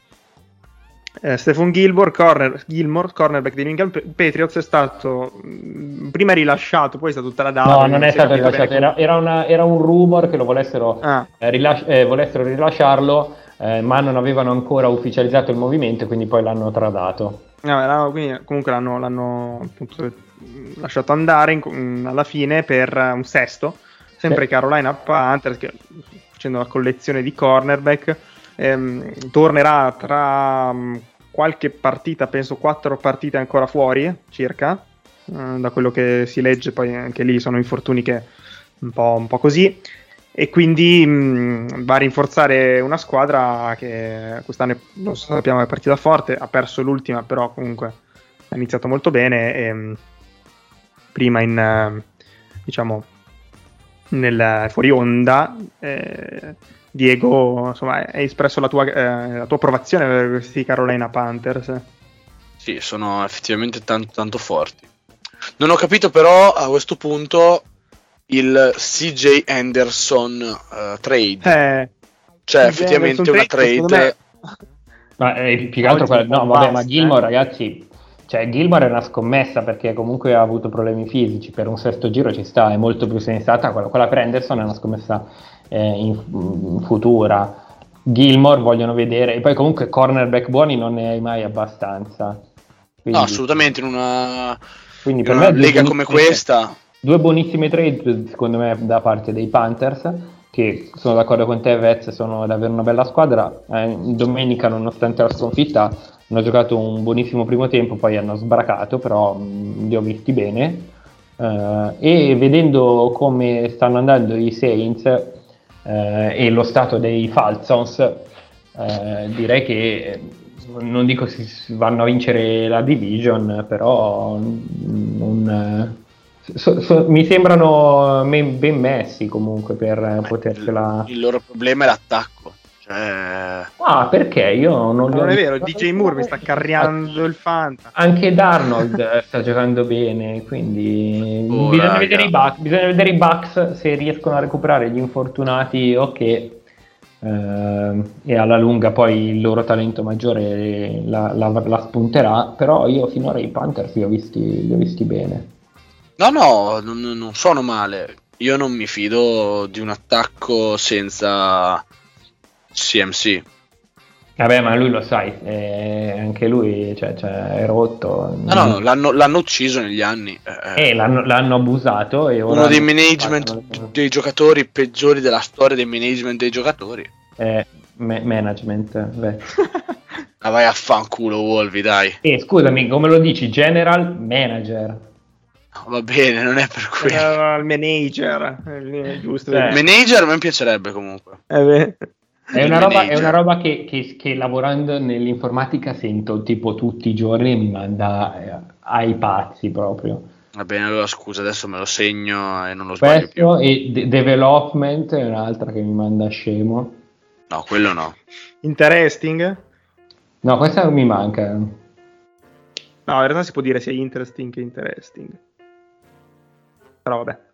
eh, Stephon Gilmore, corner, Gilmore, cornerback dei New England Patriots, è stato mh, prima rilasciato, poi è stato tradato. No, non è stato rilasciato, era, era, una, era un rumor che lo volessero, ah. eh, rilasci- eh, volessero rilasciarlo, eh, ma non avevano ancora ufficializzato il movimento, quindi poi l'hanno tradato. No, era, quindi, comunque l'hanno, l'hanno appunto lasciato andare in, in, alla fine per un sesto, sempre sì. Carolina Panthers, che facendo la collezione di cornerback ehm, tornerà tra um, qualche partita, penso quattro partite ancora fuori circa, eh, da quello che si legge. Poi anche lì sono infortuni che un po', un po' così, e quindi mh, va a rinforzare una squadra che quest'anno, lo sappiamo, è partita forte, ha perso l'ultima, però comunque ha iniziato molto bene. E, mh, prima in uh, diciamo nel fuori onda, eh, Diego, insomma, hai espresso la tua, eh, la tua approvazione per questi Carolina Panthers. Sì, sono effettivamente tanto, tanto forti. Non ho capito però a questo punto il C J Anderson uh, trade. Eh, cioè, effettivamente una trade. trade ma eh, più che altro quella, no, vabbè, ma Gilmore, eh. ragazzi, cioè Gilmore è una scommessa, perché comunque ha avuto problemi fisici, per un sesto giro ci sta, è molto più sensata. Quella, quella per Anderson è una scommessa eh, in, in futura. Gilmore vogliono vedere, e poi comunque cornerback buoni non ne hai mai abbastanza. Quindi, no, assolutamente, in una, quindi in per una me lega come questa. Due buonissime trade secondo me da parte dei Panthers, che sono d'accordo con te, Vez, sono davvero una bella squadra. Eh, domenica, nonostante la sconfitta, hanno giocato un buonissimo primo tempo, poi hanno sbracato, però mh, li ho visti bene. Eh, e vedendo come stanno andando i Saints eh, e lo stato dei Falcons, eh, direi che non dico si vanno a vincere la division, però non, so, so, mi sembrano ben messi comunque per Beh, potersela. Il, il loro problema è l'attacco. Cioè... Ah, perché io non non è vero, D J Moore mi sta carriando il Fanta. Anche Darnold sta giocando bene, quindi oh, bisogna, vedere i Bucks, bisogna vedere i Bucks se riescono a recuperare gli infortunati o che eh, e alla lunga poi il loro talento maggiore la, la, la spunterà. Però io finora i Panthers li ho visti, li ho visti bene. No, no, non, non sono male. Io non mi fido di un attacco senza C M C. Vabbè, ma lui lo sai, eh, anche lui cioè, cioè, è rotto. No, no, no l'hanno, l'hanno ucciso negli anni. Eh, eh l'hanno, l'hanno abusato. E ora uno dei management dei giocatori peggiori della storia dei management dei giocatori. Eh, ma- management, beh. Ma vai a fanculo, Wolvi, dai. Eh, scusami, come lo dici? General manager. No, va bene, non è per quello. Il manager, è giusto. Eh. Manager a me piacerebbe comunque. Eh beh. È una roba, è una roba che, che, che lavorando nell'informatica sento tipo tutti i giorni e mi manda eh, ai pazzi proprio. Va bene, allora scusa, adesso me lo segno e non lo sbaglio più. Questo e de- development è un'altra che mi manda scemo. No, quello no. Interesting? No, questa mi manca. No, in realtà si può dire sia interesting che interesting. Però vabbè.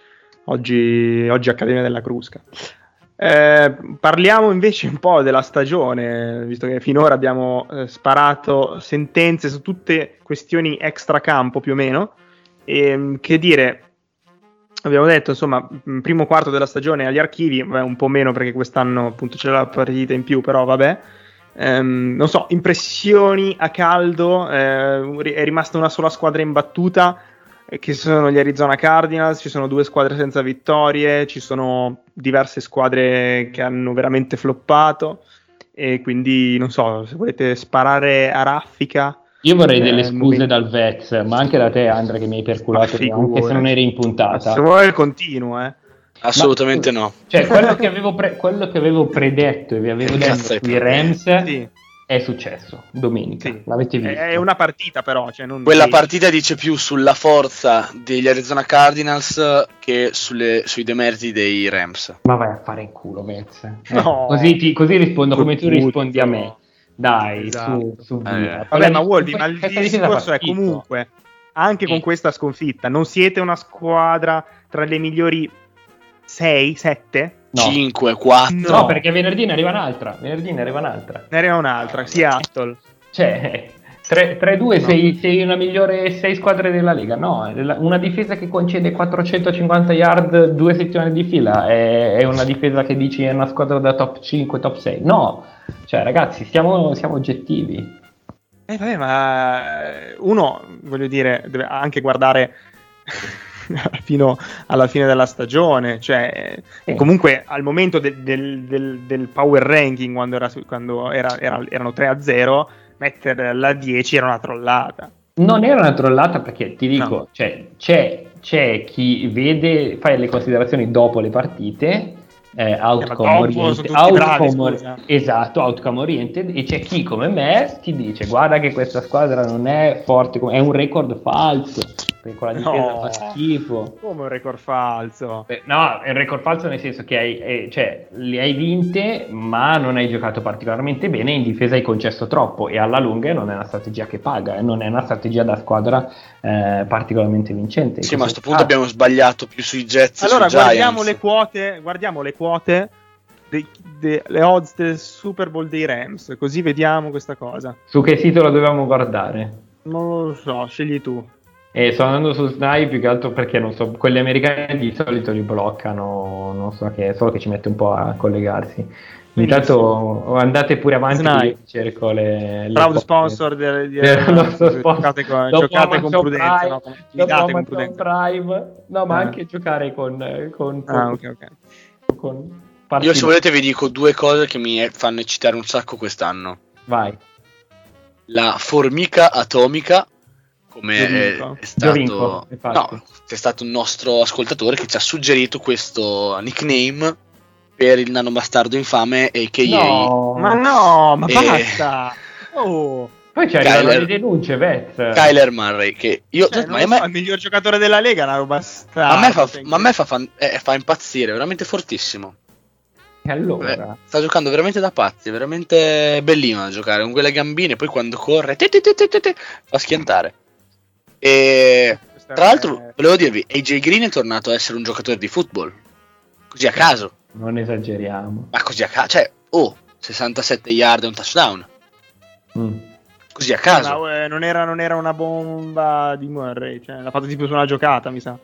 Oggi, oggi Accademia della Crusca. Eh, parliamo invece un po' della stagione, visto che finora abbiamo eh, sparato sentenze su tutte questioni extracampo più o meno. E, che dire, abbiamo detto insomma, primo quarto della stagione agli archivi, beh, un po' meno perché quest'anno appunto c'è la partita in più, però vabbè. Ehm, non so, impressioni a caldo, eh, è rimasta una sola squadra imbattuta, che sono gli Arizona Cardinals. Ci sono due squadre senza vittorie, ci sono diverse squadre che hanno veramente floppato, e quindi non so, se volete sparare a raffica. Io vorrei delle eh, scuse momento. dal Vez, ma anche da te, Andrea, che mi hai perculato anche se non eri in puntata. Se vuoi continuo, eh. Assolutamente ma, no. Cioè, quello che avevo, pre- quello che avevo predetto e vi avevo detto sui Rams sì. è successo domenica. Sì. L'avete visto? È una partita, però. Cioè non Quella sì. partita dice più sulla forza degli Arizona Cardinals che sulle, sui demeriti dei Rams. Ma vai a fare in culo, Vez. Eh, No. così, ti, così rispondo come tu Putto. rispondi a me. Dai, Esatto. su, su Eh. via. Vabbè, ma Wolvi, ma il Questa difesa discorso fa è schifo. comunque, anche con Sì. questa sconfitta, non siete una squadra tra le migliori sei, sette? No. cinque, quattro. No. no, perché venerdì ne arriva un'altra. Venerdì ne arriva un'altra. Ne arriva un'altra, Seattle. Cioè, tre due, no. sei, sei una migliore sei squadre della Lega. No, una difesa che concede quattrocentocinquanta yard due settimane di fila è, è una difesa che dici è una squadra da top cinque, top sei. No, cioè ragazzi, siamo, siamo oggettivi. Eh vabbè, ma uno, voglio dire, deve anche guardare fino alla fine della stagione, cioè eh. comunque al momento de- del, del, del power ranking, quando, era, quando era, era, erano tre a zero, mettere la dieci era una trollata. Non era una trollata perché ti dico, no. cioè, c'è, c'è chi vede, fa le considerazioni dopo le partite, eh, outcome oriented, outcome, bravi, esatto, outcome oriented, e c'è chi come me ti dice guarda che questa squadra non è forte, è un record falso, perché con la difesa no, fa schifo. Come un record falso? Beh, no, è un record falso nel senso che hai, eh, cioè, le hai vinte ma non hai giocato particolarmente bene, in difesa hai concesso troppo e alla lunga non è una strategia che paga, eh, non è una strategia da squadra eh, particolarmente vincente. Sì, ma a questo punto abbiamo sbagliato più sui Jets. Allora sui guardiamo Giants. le quote, guardiamo le quote de, de, le odds del Super Bowl dei Rams, così vediamo questa cosa. Su che sito lo dobbiamo guardare? Non lo so, scegli tu. E sto andando su Snipe più che altro perché non so, quelli americani di solito li bloccano, non so che, solo che ci mette un po' a collegarsi. Intanto andate pure avanti, che io cerco le, le proud cose. sponsor del, del, del nostro sponsor. Giocate con, giocate con prudenza, Prime, no? Giocate con prudenza. Prime, no, ma ah. anche giocare con, con, con, ah, okay, okay. con io se volete vi dico due cose che mi fanno eccitare un sacco quest'anno. Vai. La formica atomica, come è, è stato Giovinco, no, c'è stato un nostro ascoltatore che ci ha suggerito questo nickname per il nano bastardo infame a k a. No, ma no, ma e... basta. Oh. Poi ci arrivano le denunce, Vez. Kyler Murray, che io cioè, ma so, me... è il miglior giocatore della Lega, nano bastardo. Ma a me fa, ma a me fa, fan... eh, fa impazzire, è veramente fortissimo. E allora? Beh, sta giocando veramente da pazzi, è veramente bellino da giocare, con quelle gambine, poi quando corre te, te, te, te, te, te, fa schiantare. E tra l'altro volevo dirvi, A J Green è tornato a essere un giocatore di football, così a caso. Non esageriamo. Ma così a caso, cioè, oh, sessantasette yard e un touchdown. Mm. Così a caso. No, eh, non, era, non era una bomba di Murray, cioè, l'ha fatto tipo su una giocata, mi sa.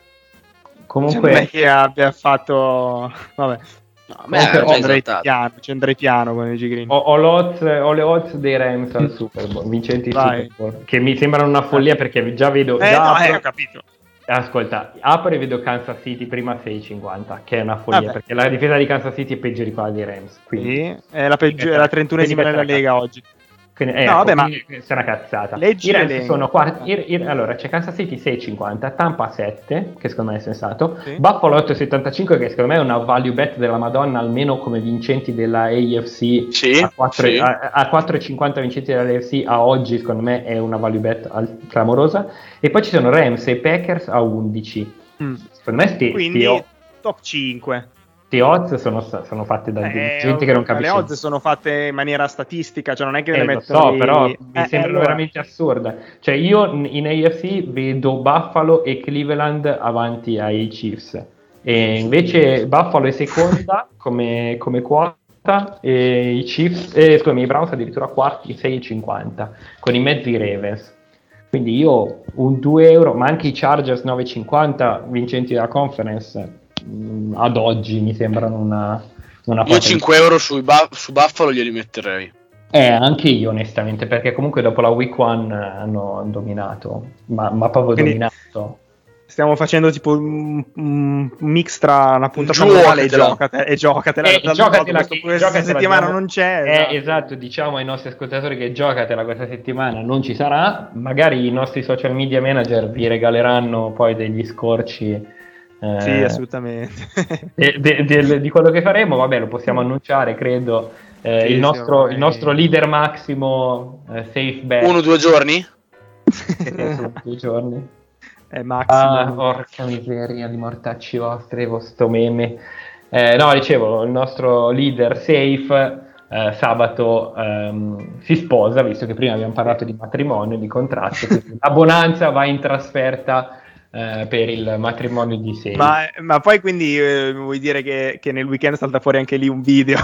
Comunque cioè, non è che abbia fatto... Vabbè. No, a me c'è Andrei piano, c'è Andrei piano con A J Green. Ho, ho, l'odds, ho le odds dei Rams al Super Bowl, vincenti il Super Bowl, che mi sembrano una follia perché già vedo... Eh, già no, apro, eh, ho capito. Ascolta, apro e vedo Kansas City prima sei virgola cinquanta, che è una follia, Vabbè. perché la difesa di Kansas City è peggio di quella dei Rams. Quindi, sì, è la, peggio, è la trentunesima nella Lega oggi. Quindi, eh, no, vabbè, ma questa è una cazzata. Leggi I Rams l'elenco. sono quarti. I, i, allora c'è Kansas City sei virgola cinquanta, Tampa sette, che secondo me è sensato, sì. Buffalo otto virgola settantacinque, che secondo me è una value bet della Madonna, almeno come vincenti della A F C, sì, a quattro sì. virgola cinquanta vincenti della A F C a oggi, secondo me è una value bet al, clamorosa. E poi ci sono Rams e Packers a undici. Mm. Secondo me sti, quindi sti, top cinque. Queste odds sono, sono fatte da eh, gente che non capisce. Le odds sono fatte in maniera statistica, cioè non è che eh, le lo mettono so, lì... però mi eh, sembra allora. veramente assurda. Cioè io in A F C vedo Buffalo e Cleveland avanti ai Chiefs, e invece Buffalo è seconda come, come quota, e i Chiefs, eh, scusami, i Browns addirittura quarti sei virgola cinquanta con i mezzi Ravens. Quindi io un due euro, ma anche i Chargers nove virgola cinquanta vincenti della conference mh, ad oggi mi sembrano una, una io cinque euro sui ba- su Buffalo glieli metterei. Eh, anche io onestamente, perché comunque dopo la week one hanno dominato, ma, ma proprio Quindi dominato. Stiamo facendo tipo un, un mix tra una puntata Giocatela. normale e giocatela e giocatela. Eh, Dal giocatela questo- che- questa giocatela, settimana diciamo- non c'è. Eh, esatto, diciamo ai nostri ascoltatori che giocatela questa settimana, non ci sarà, magari i nostri social media manager vi regaleranno poi degli scorci. eh, Sì, assolutamente. de- de- de- di quello che faremo, vabbè, lo possiamo annunciare, credo. Eh, Sì, il, sì, nostro, ormai. il nostro leader Massimo, eh, safe bet. Uno o due giorni? Due giorni. È Massimo. Ah, porca miseria di mortacci vostri, questo meme. Eh, no, dicevo, il nostro leader safe eh, sabato ehm, si sposa, visto che prima abbiamo parlato di matrimonio, di contratto, quindi la Bonanza va in trasferta eh, per il matrimonio di Sale. Ma, ma poi quindi eh, vuoi dire che, che nel weekend salta fuori anche lì un video?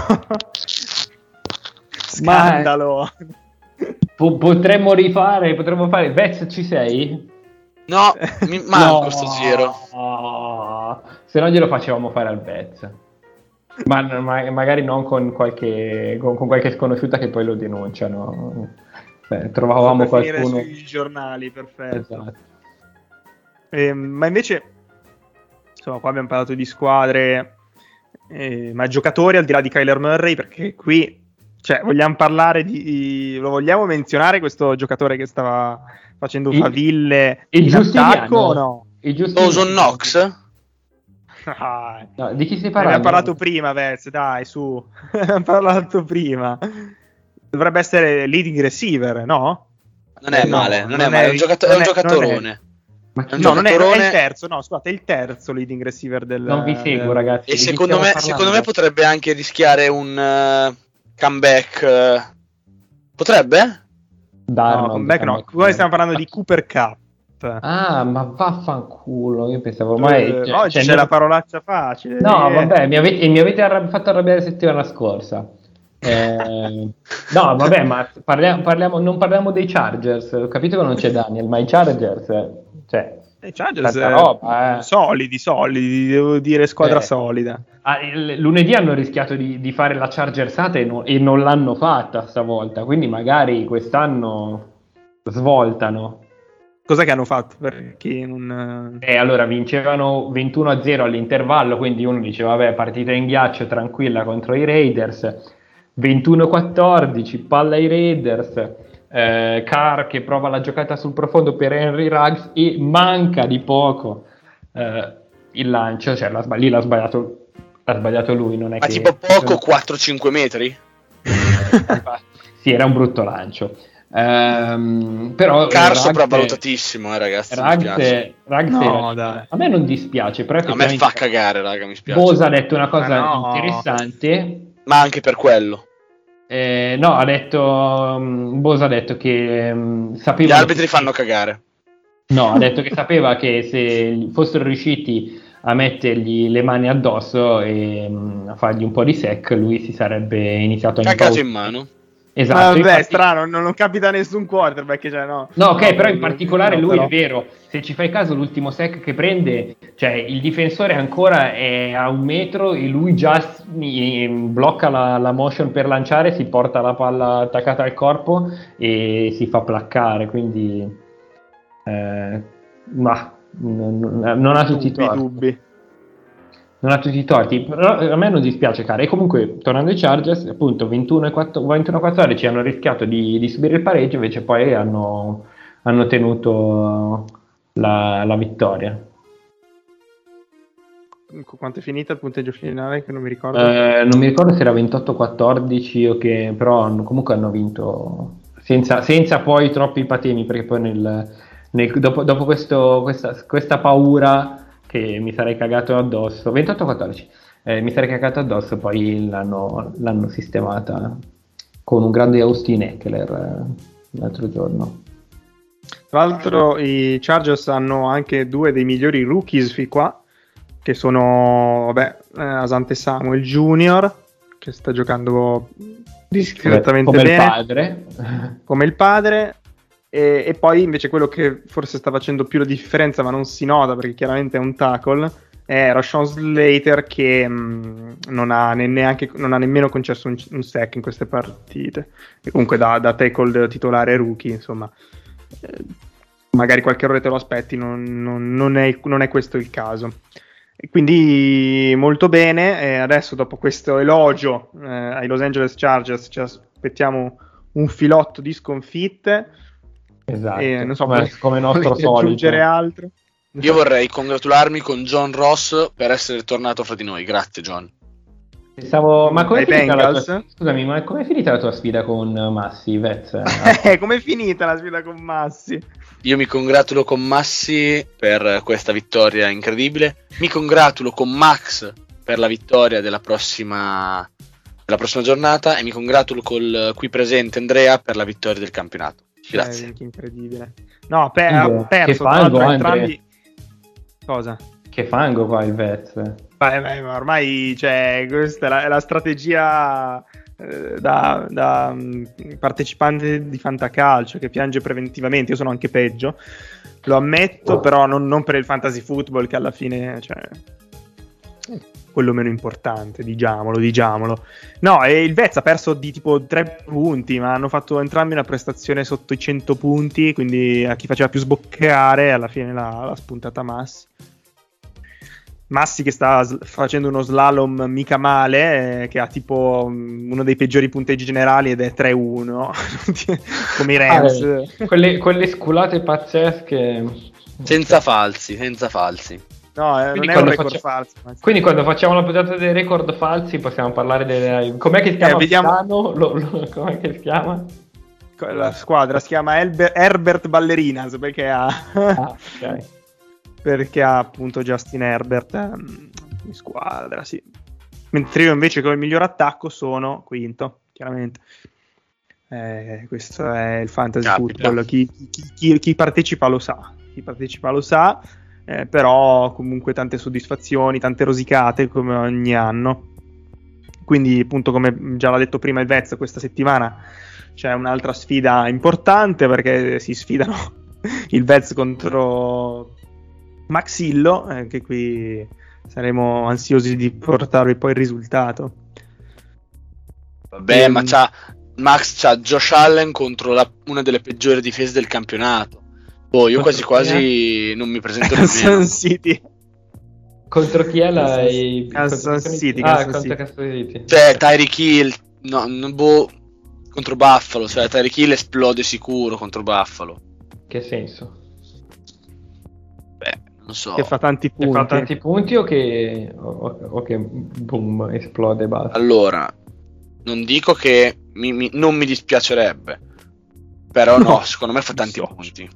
Scandalo. Po- potremmo rifare, potremmo fare. Vez, ci sei? No, mi manco No. sto giro. Se no glielo facevamo fare al Vez. Ma, ma magari non con qualche, con, con qualche sconosciuta che poi lo denunciano. Beh, trovavamo Per finire qualcuno. sui giornali, perfetto. Esatto. Eh, ma invece, insomma, qua abbiamo parlato di squadre, eh, ma giocatori al di là di Kyler Murray, perché qui, cioè, vogliamo parlare di, lo vogliamo menzionare questo giocatore che stava facendo Il- faville il in Giustiniano. attacco o no? Il Giustiniano. Dawson Knox? Ah, No, di chi stai ne parlando? abbiamo parlato prima, Vez, dai, su. Ne abbiamo parlato prima. Dovrebbe essere leading receiver, no? Non è No, male, non, non è male, è è- un, giocato- è non un è- giocatorone. Ma È un No, non è, è giocatorone. il terzo, no, scusate, è il terzo leading receiver del... non vi seguo, del- ragazzi. E di chi secondo stiamo me, parlando? secondo me potrebbe anche rischiare un eh, comeback. eh. Potrebbe? Darnold, No, comeback no. comeback. Qua stiamo parlando di Cooper Cup. Ah, ma vaffanculo, io pensavo ormai... Eh, cioè, oggi cioè, c'è no- la parolaccia facile. No, Eh. vabbè, mi avete, mi avete arrab- fatto arrabbiare la settimana scorsa. Eh, no, vabbè, ma parliamo, parliamo- non parliamo dei Chargers. Ho capito che non c'è Daniel, ma i Chargers, eh, cioè, I Chargers, tanta eh, roba, eh. solidi, solidi, devo dire squadra Eh. solida. ah, il- lunedì hanno rischiato di, di fare la Chargersata e, no- e non l'hanno fatta stavolta, quindi magari quest'anno svoltano. Cos'è che hanno fatto? Per chi non... E allora vincevano ventuno a zero all'intervallo, quindi uno diceva vabbè, partita in ghiaccio tranquilla contro i Raiders. ventuno a quattordici, palla ai Raiders, eh, Carr che prova la giocata sul profondo per Henry Ruggs e manca di poco eh, il lancio, cioè l'ha, sbag- lì l'ha sbagliato, l'ha sbagliato lui, non è Ma che... tipo poco, quattro cinque metri? Sì, era un brutto lancio. Ehm, però Carr Ruggs- sopravvalutatissimo, eh, ragazzi. Mi Ruggs, spiace. Ruggs No, era- dai. a me non dispiace, però A me effettivamente fa cagare, raga, mi spiace. Bosa ha detto una cosa Ma no. interessante. Ma anche per quello. Eh, no, ha detto um, Bosa ha detto che um, Gli sapeva arbitri fanno cagare. no, ha detto che sapeva che se fossero riusciti a mettergli le mani addosso e um, a fargli un po' di sec, lui si sarebbe iniziato a Cagato impaur- in mano. Esatto, Ma vabbè, infatti- strano, non, non capita a nessun quarterback, cioè no. No, ok, No, però in no, particolare no, lui però- è vero, se ci fai caso l'ultimo sec che prende, cioè il difensore ancora è a un metro e lui già s- i- blocca la, la motion per lanciare, si porta la palla attaccata al corpo e si fa placcare, quindi eh, ma non, non- non ha tutti i Dubbi, torti. dubbi. Non ha tutti i torti, però a me non dispiace, cara. E comunque, tornando ai Chargers, appunto, ventuno a quattordici hanno rischiato di, di subire il pareggio, invece poi hanno, hanno tenuto la, la vittoria. Quanto è finita il punteggio finale? Che non mi ricordo. Eh, non mi ricordo se era ventotto a quattordici o che, però hanno- comunque hanno vinto senza, senza poi troppi patemi, perché poi nel, nel- dopo, dopo questo, questa, questa paura che mi sarei cagato addosso, ventotto a quattordici, eh, mi sarei cagato addosso, poi l'hanno, l'hanno sistemata con un grande Austin Eckler eh, l'altro giorno. Tra l'altro i Chargers hanno anche due dei migliori rookies fin qua, che sono vabbè, eh, Asante Samuel Junior, che sta giocando discretamente come bene, il padre. come il padre, e, e poi invece quello che forse sta facendo più la differenza, ma non si nota perché chiaramente è un tackle, è Rashawn Slater, che mh, non, ha ne- neanche, non ha nemmeno concesso un, un sack in queste partite, e comunque da, da tackle titolare rookie, insomma. Eh, magari qualche errore te lo aspetti, non, non- non è, non è questo il caso. E quindi molto bene. E adesso, dopo questo elogio eh, ai Los Angeles Chargers, ci aspettiamo un filotto di sconfitte. Esatto, E non so, come, volete- come nostro volete solito. aggiungere altro? Io vorrei congratularmi con John Ross per essere tornato fra di noi. Grazie, John. Pensavo, ma come Ai è finita la Bengals? tua, scusami, ma com'è finita la tua sfida con Massi, Vez? Eh, com'è finita la sfida con Massi? Io mi congratulo con Massi per questa vittoria incredibile. Mi congratulo con Max per la vittoria della prossima, della prossima giornata. E mi congratulo col qui presente Andrea per la vittoria del campionato. Grazie. Eh, che incredibile. No, pe- Figo. ha perso Che tra l'altro fango, entrambi, Cosa? Che fango qua il Vez. Beh, beh, ma ormai, cioè, questa è la, è la strategia eh, da, da mh, partecipante di Fantacalcio che piange preventivamente. Io sono anche peggio, lo ammetto, oh. però non, non per il fantasy football, che alla fine, cioè, è quello meno importante, diciamolo, diciamolo. No, e il Vez ha perso di tipo tre punti, ma hanno fatto entrambi una prestazione sotto i cento punti, quindi a chi faceva più sboccare alla fine l'ha, l'ha spuntata Massi. Massi che sta sl- facendo uno slalom mica male, eh, che ha tipo um, uno dei peggiori punteggi generali ed è tre uno come i Rams. Ah, quelle, quelle sculate pazzesche, senza falsi, senza falsi. No, eh, non è un record faccia... falso. Quindi quando facciamo la puntata dei record falsi possiamo parlare delle... Com'è che si chiama? Eh, vediamo... Lo, lo, com'è che si chiama? La squadra si chiama Elber- Herbert Ballerinas perché ha... ah, ok. Perché ha appunto Justin Herbert um, in squadra, sì. Mentre io invece con il miglior attacco sono quinto, chiaramente. Eh, questo è il fantasy Capita. football. Chi, chi, chi, chi partecipa lo sa. Chi partecipa lo sa, eh, però comunque tante soddisfazioni, tante rosicate come ogni anno. Quindi appunto, come già l'ha detto prima il Vez, questa settimana c'è un'altra sfida importante perché si sfidano il Vez contro Maxillo, eh, che qui saremo ansiosi di portarvi poi il risultato. Vabbè, e, ma c'ha Max c'ha Josh Allen contro la, una delle peggiori difese del campionato. Boh, io quasi quasi non mi presento nemmeno. City. Contro chi è la Kansas City? Ah, Kansas contro City. Kansas City. Cioè, Tyreek Hill, no, no, boh, contro Buffalo, cioè Tyreek Hill esplode sicuro contro Buffalo. Che senso? Beh, non so. Che fa tanti punti. Che fa tanti punti o che, o, o che boom, esplode e basta? Allora, non dico che mi, mi, non mi dispiacerebbe, però no, no secondo me fa tanti so. punti.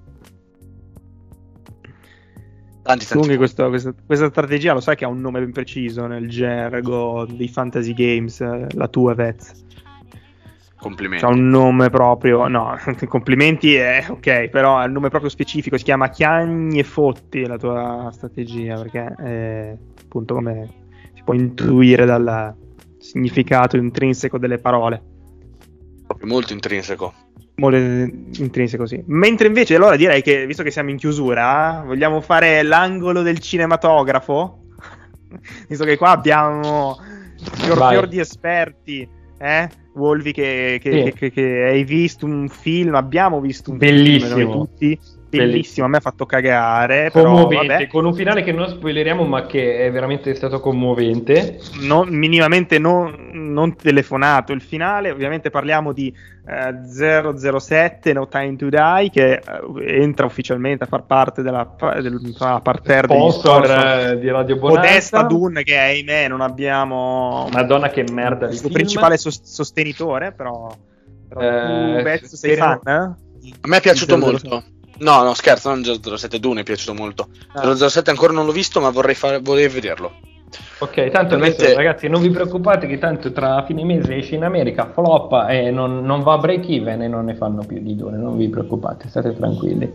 Tanti, tanti Comunque punti. Questo, questa, questa strategia lo sai che ha un nome ben preciso nel gergo dei fantasy games, la tua Vez. Complimenti. C'ha un nome proprio, no, complimenti è ok, però ha un nome proprio specifico, si chiama Chiagni e Fotti la tua strategia, perché è, appunto, come si può intuire dal significato intrinseco delle parole. Proprio molto intrinseco. Molto intrinseco, sì. Mentre invece allora direi che, visto che siamo in chiusura, vogliamo fare l'angolo del cinematografo? Visto che qua abbiamo fior fior di esperti, eh? Wolvi che, che, sì. che, che, che hai visto un film, abbiamo visto un bellissimo. film noi tutti, bellissimo, bellissimo, a me ha fatto cagare, commovente, però, vabbè, con un finale che non spoileriamo ma che è veramente stato commovente, non, minimamente non, non telefonato il finale. Ovviamente parliamo di uh, zero zero sette No Time to Die, che uh, entra ufficialmente a far parte della, della parterre degli sponsor sponsor di Radio Bonanza. Modesta Dun, che ahimè non abbiamo, Madonna che merda di il film. principale sostenitore, però, però eh, tu Bez, sei fan? Eh? A me è piaciuto molto. No, no, scherzo, non zero zero sette, Dune è piaciuto molto. Ah. zero zero sette ancora non l'ho visto, ma vorrei fare, vorrei vederlo. Ok, tanto Ovviamente... adesso, ragazzi, non vi preoccupate che tanto tra fine mese esce in America, floppa e non, non va a break even e non ne fanno più di Dune, non vi preoccupate, state tranquilli.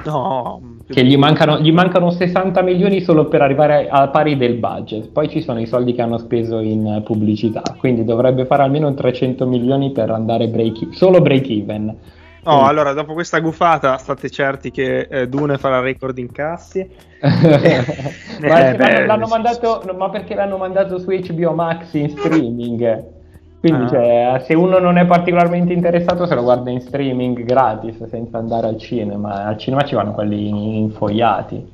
No, che gli mancano, gli mancano sessanta milioni solo per arrivare al pari del budget, poi ci sono i soldi che hanno speso in pubblicità, quindi dovrebbe fare almeno trecento milioni per andare break, solo break even. No, oh, allora dopo questa gufata state certi che eh, Dune farà record incassi. ma, eh, l'hanno, beh, l'hanno mandato, ma perché l'hanno mandato su H B O Max in streaming? Quindi ah. cioè, se uno non è particolarmente interessato se lo guarda in streaming gratis senza andare al cinema. Al cinema ci vanno quelli infogliati.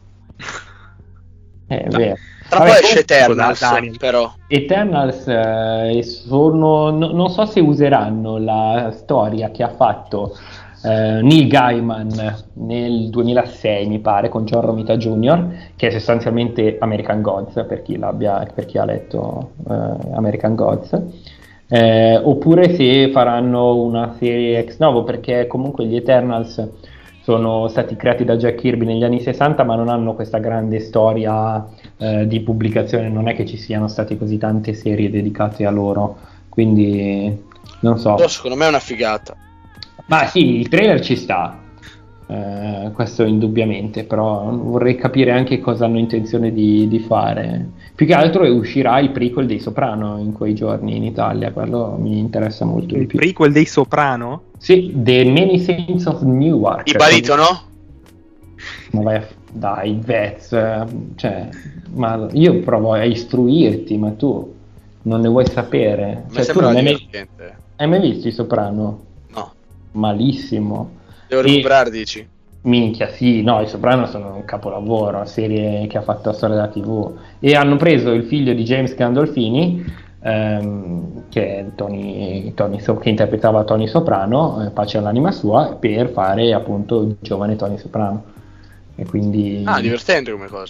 È no. vero. Tra poi esce Eternals, però. Eternals eh, sono, no, non so se useranno la storia che ha fatto eh, Neil Gaiman nel duemilasei, mi pare, con John Romita Junior, che è sostanzialmente American Gods, per chi, l'abbia, per chi ha letto eh, American Gods, eh, oppure se faranno una serie ex novo, perché comunque gli Eternals sono stati creati da Jack Kirby negli anni sessanta, ma non hanno questa grande storia eh, di pubblicazione, non è che ci siano state così tante serie dedicate a loro, quindi non so. Però secondo me è una figata. Ma sì, il trailer ci sta. Eh, questo indubbiamente, però vorrei capire anche cosa hanno intenzione di, di fare. Più che altro uscirà il prequel dei Soprano in quei giorni in Italia, quello mi interessa molto di Il più. prequel dei Soprano? Sì, The Many Saints of Newark. Il baritono? Ma vai a... Dai, Vez, cioè, ma io provo a istruirti, ma tu non ne vuoi sapere. Mi Cioè, tu sembra non hai mai, divertente. hai mai visto i Soprano? No, Malissimo. devo E- recuperare, dici? Minchia, sì, no, i Soprano sono un capolavoro, una serie che ha fatto la storia della tivù. E hanno preso il figlio di James Gandolfini, ehm, che, è Tony, Tony So- che interpretava Tony Soprano, eh, pace all'anima sua, per fare appunto il giovane Tony Soprano. E quindi Ah, divertente come cosa.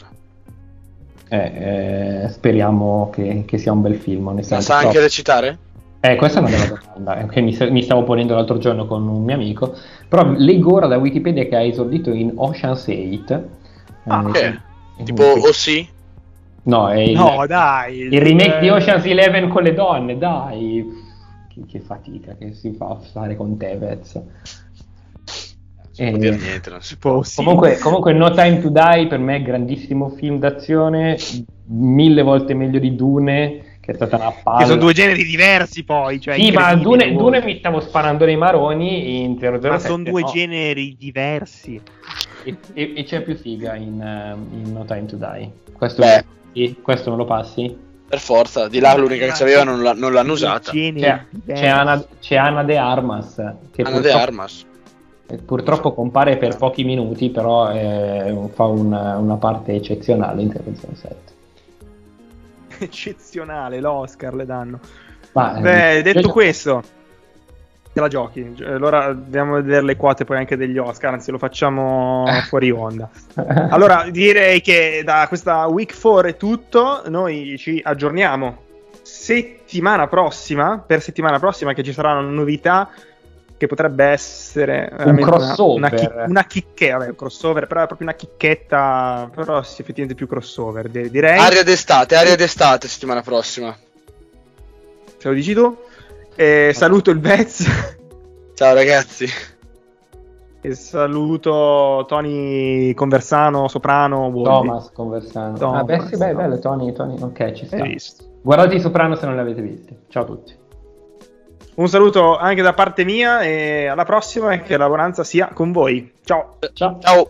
eh, eh, speriamo che, che sia un bel film, Ma onestamente. sa anche Però- recitare? eh, questa è una bella domanda, eh, che mi, mi stavo ponendo l'altro giorno con un mio amico, però leggo ora da Wikipedia che ha esordito in Ocean's eight. Ah, eh, ok. e Tipo quindi- O sì? No, è il, No, dai. il remake di eh, Ocean's Eleven con le donne, dai. Che, che fatica che si fa a fare con Tevez. Non può dire niente, non si può. Tipo, sì. Comunque, comunque No Time to Die per me è grandissimo film d'azione, mille volte meglio di Dune, che è stata una palla. Che sono due generi diversi poi. Cioè, Sì, ma incredibile, Dune, wow. Dune mi stavo sparando nei maroni in zero zero Ma sette, sono due no. generi diversi. E, e- e c'è più figa in, eh, in No Time to Die. Questo, Beh. me lo passi? Questo me lo passi? Per forza, di là l'unica che c'aveva non, la- non l'hanno Due usata. generi C'è, diversi. c'è Ana, c'è Ana de Armas, che Ana de purtroppo, Armas. purtroppo compare per pochi minuti, però eh, fa una, una parte eccezionale in zero zero sette. Eccezionale, l'Oscar le danno. Ma, eh, Beh, detto io- questo, te la giochi. Allora andiamo a vedere le quote poi anche degli Oscar, anzi lo facciamo fuori onda. Allora direi che da questa week quattro è tutto, noi ci aggiorniamo settimana prossima, per settimana prossima che ci saranno novità che potrebbe essere veramente una- crossover. una, chi- una chicchetta, vabbè, un crossover, però è proprio una chicchetta, però sì, effettivamente più crossover, di- direi. Aria d'estate, aria d'estate settimana prossima. Se lo dici tu. E saluto il Vez. Ciao ragazzi. E saluto Tony Conversano, Soprano, Wolby. Thomas Conversano. Thomas, ah, beh, sì, beh, no. bello, Tony, Tony, ok, ci sta. Hai visto. Guardate i Soprano se non li avete visti. Ciao a tutti. Un saluto anche da parte mia e alla prossima e che la buonanza sia con voi. Ciao. Ciao. Ciao.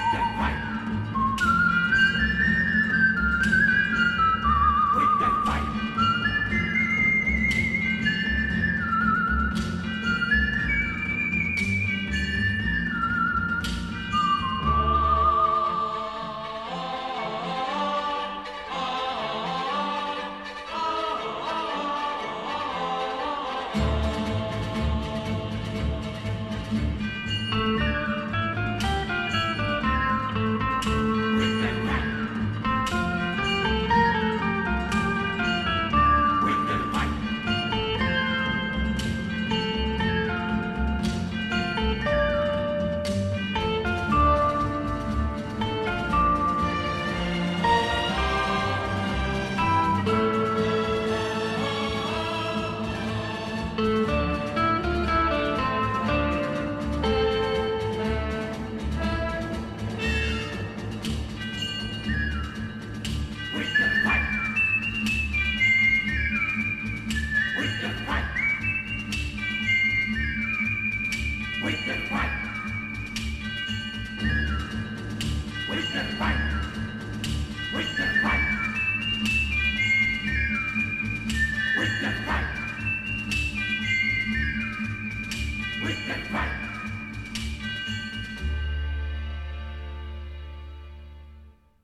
Fight! We can fight.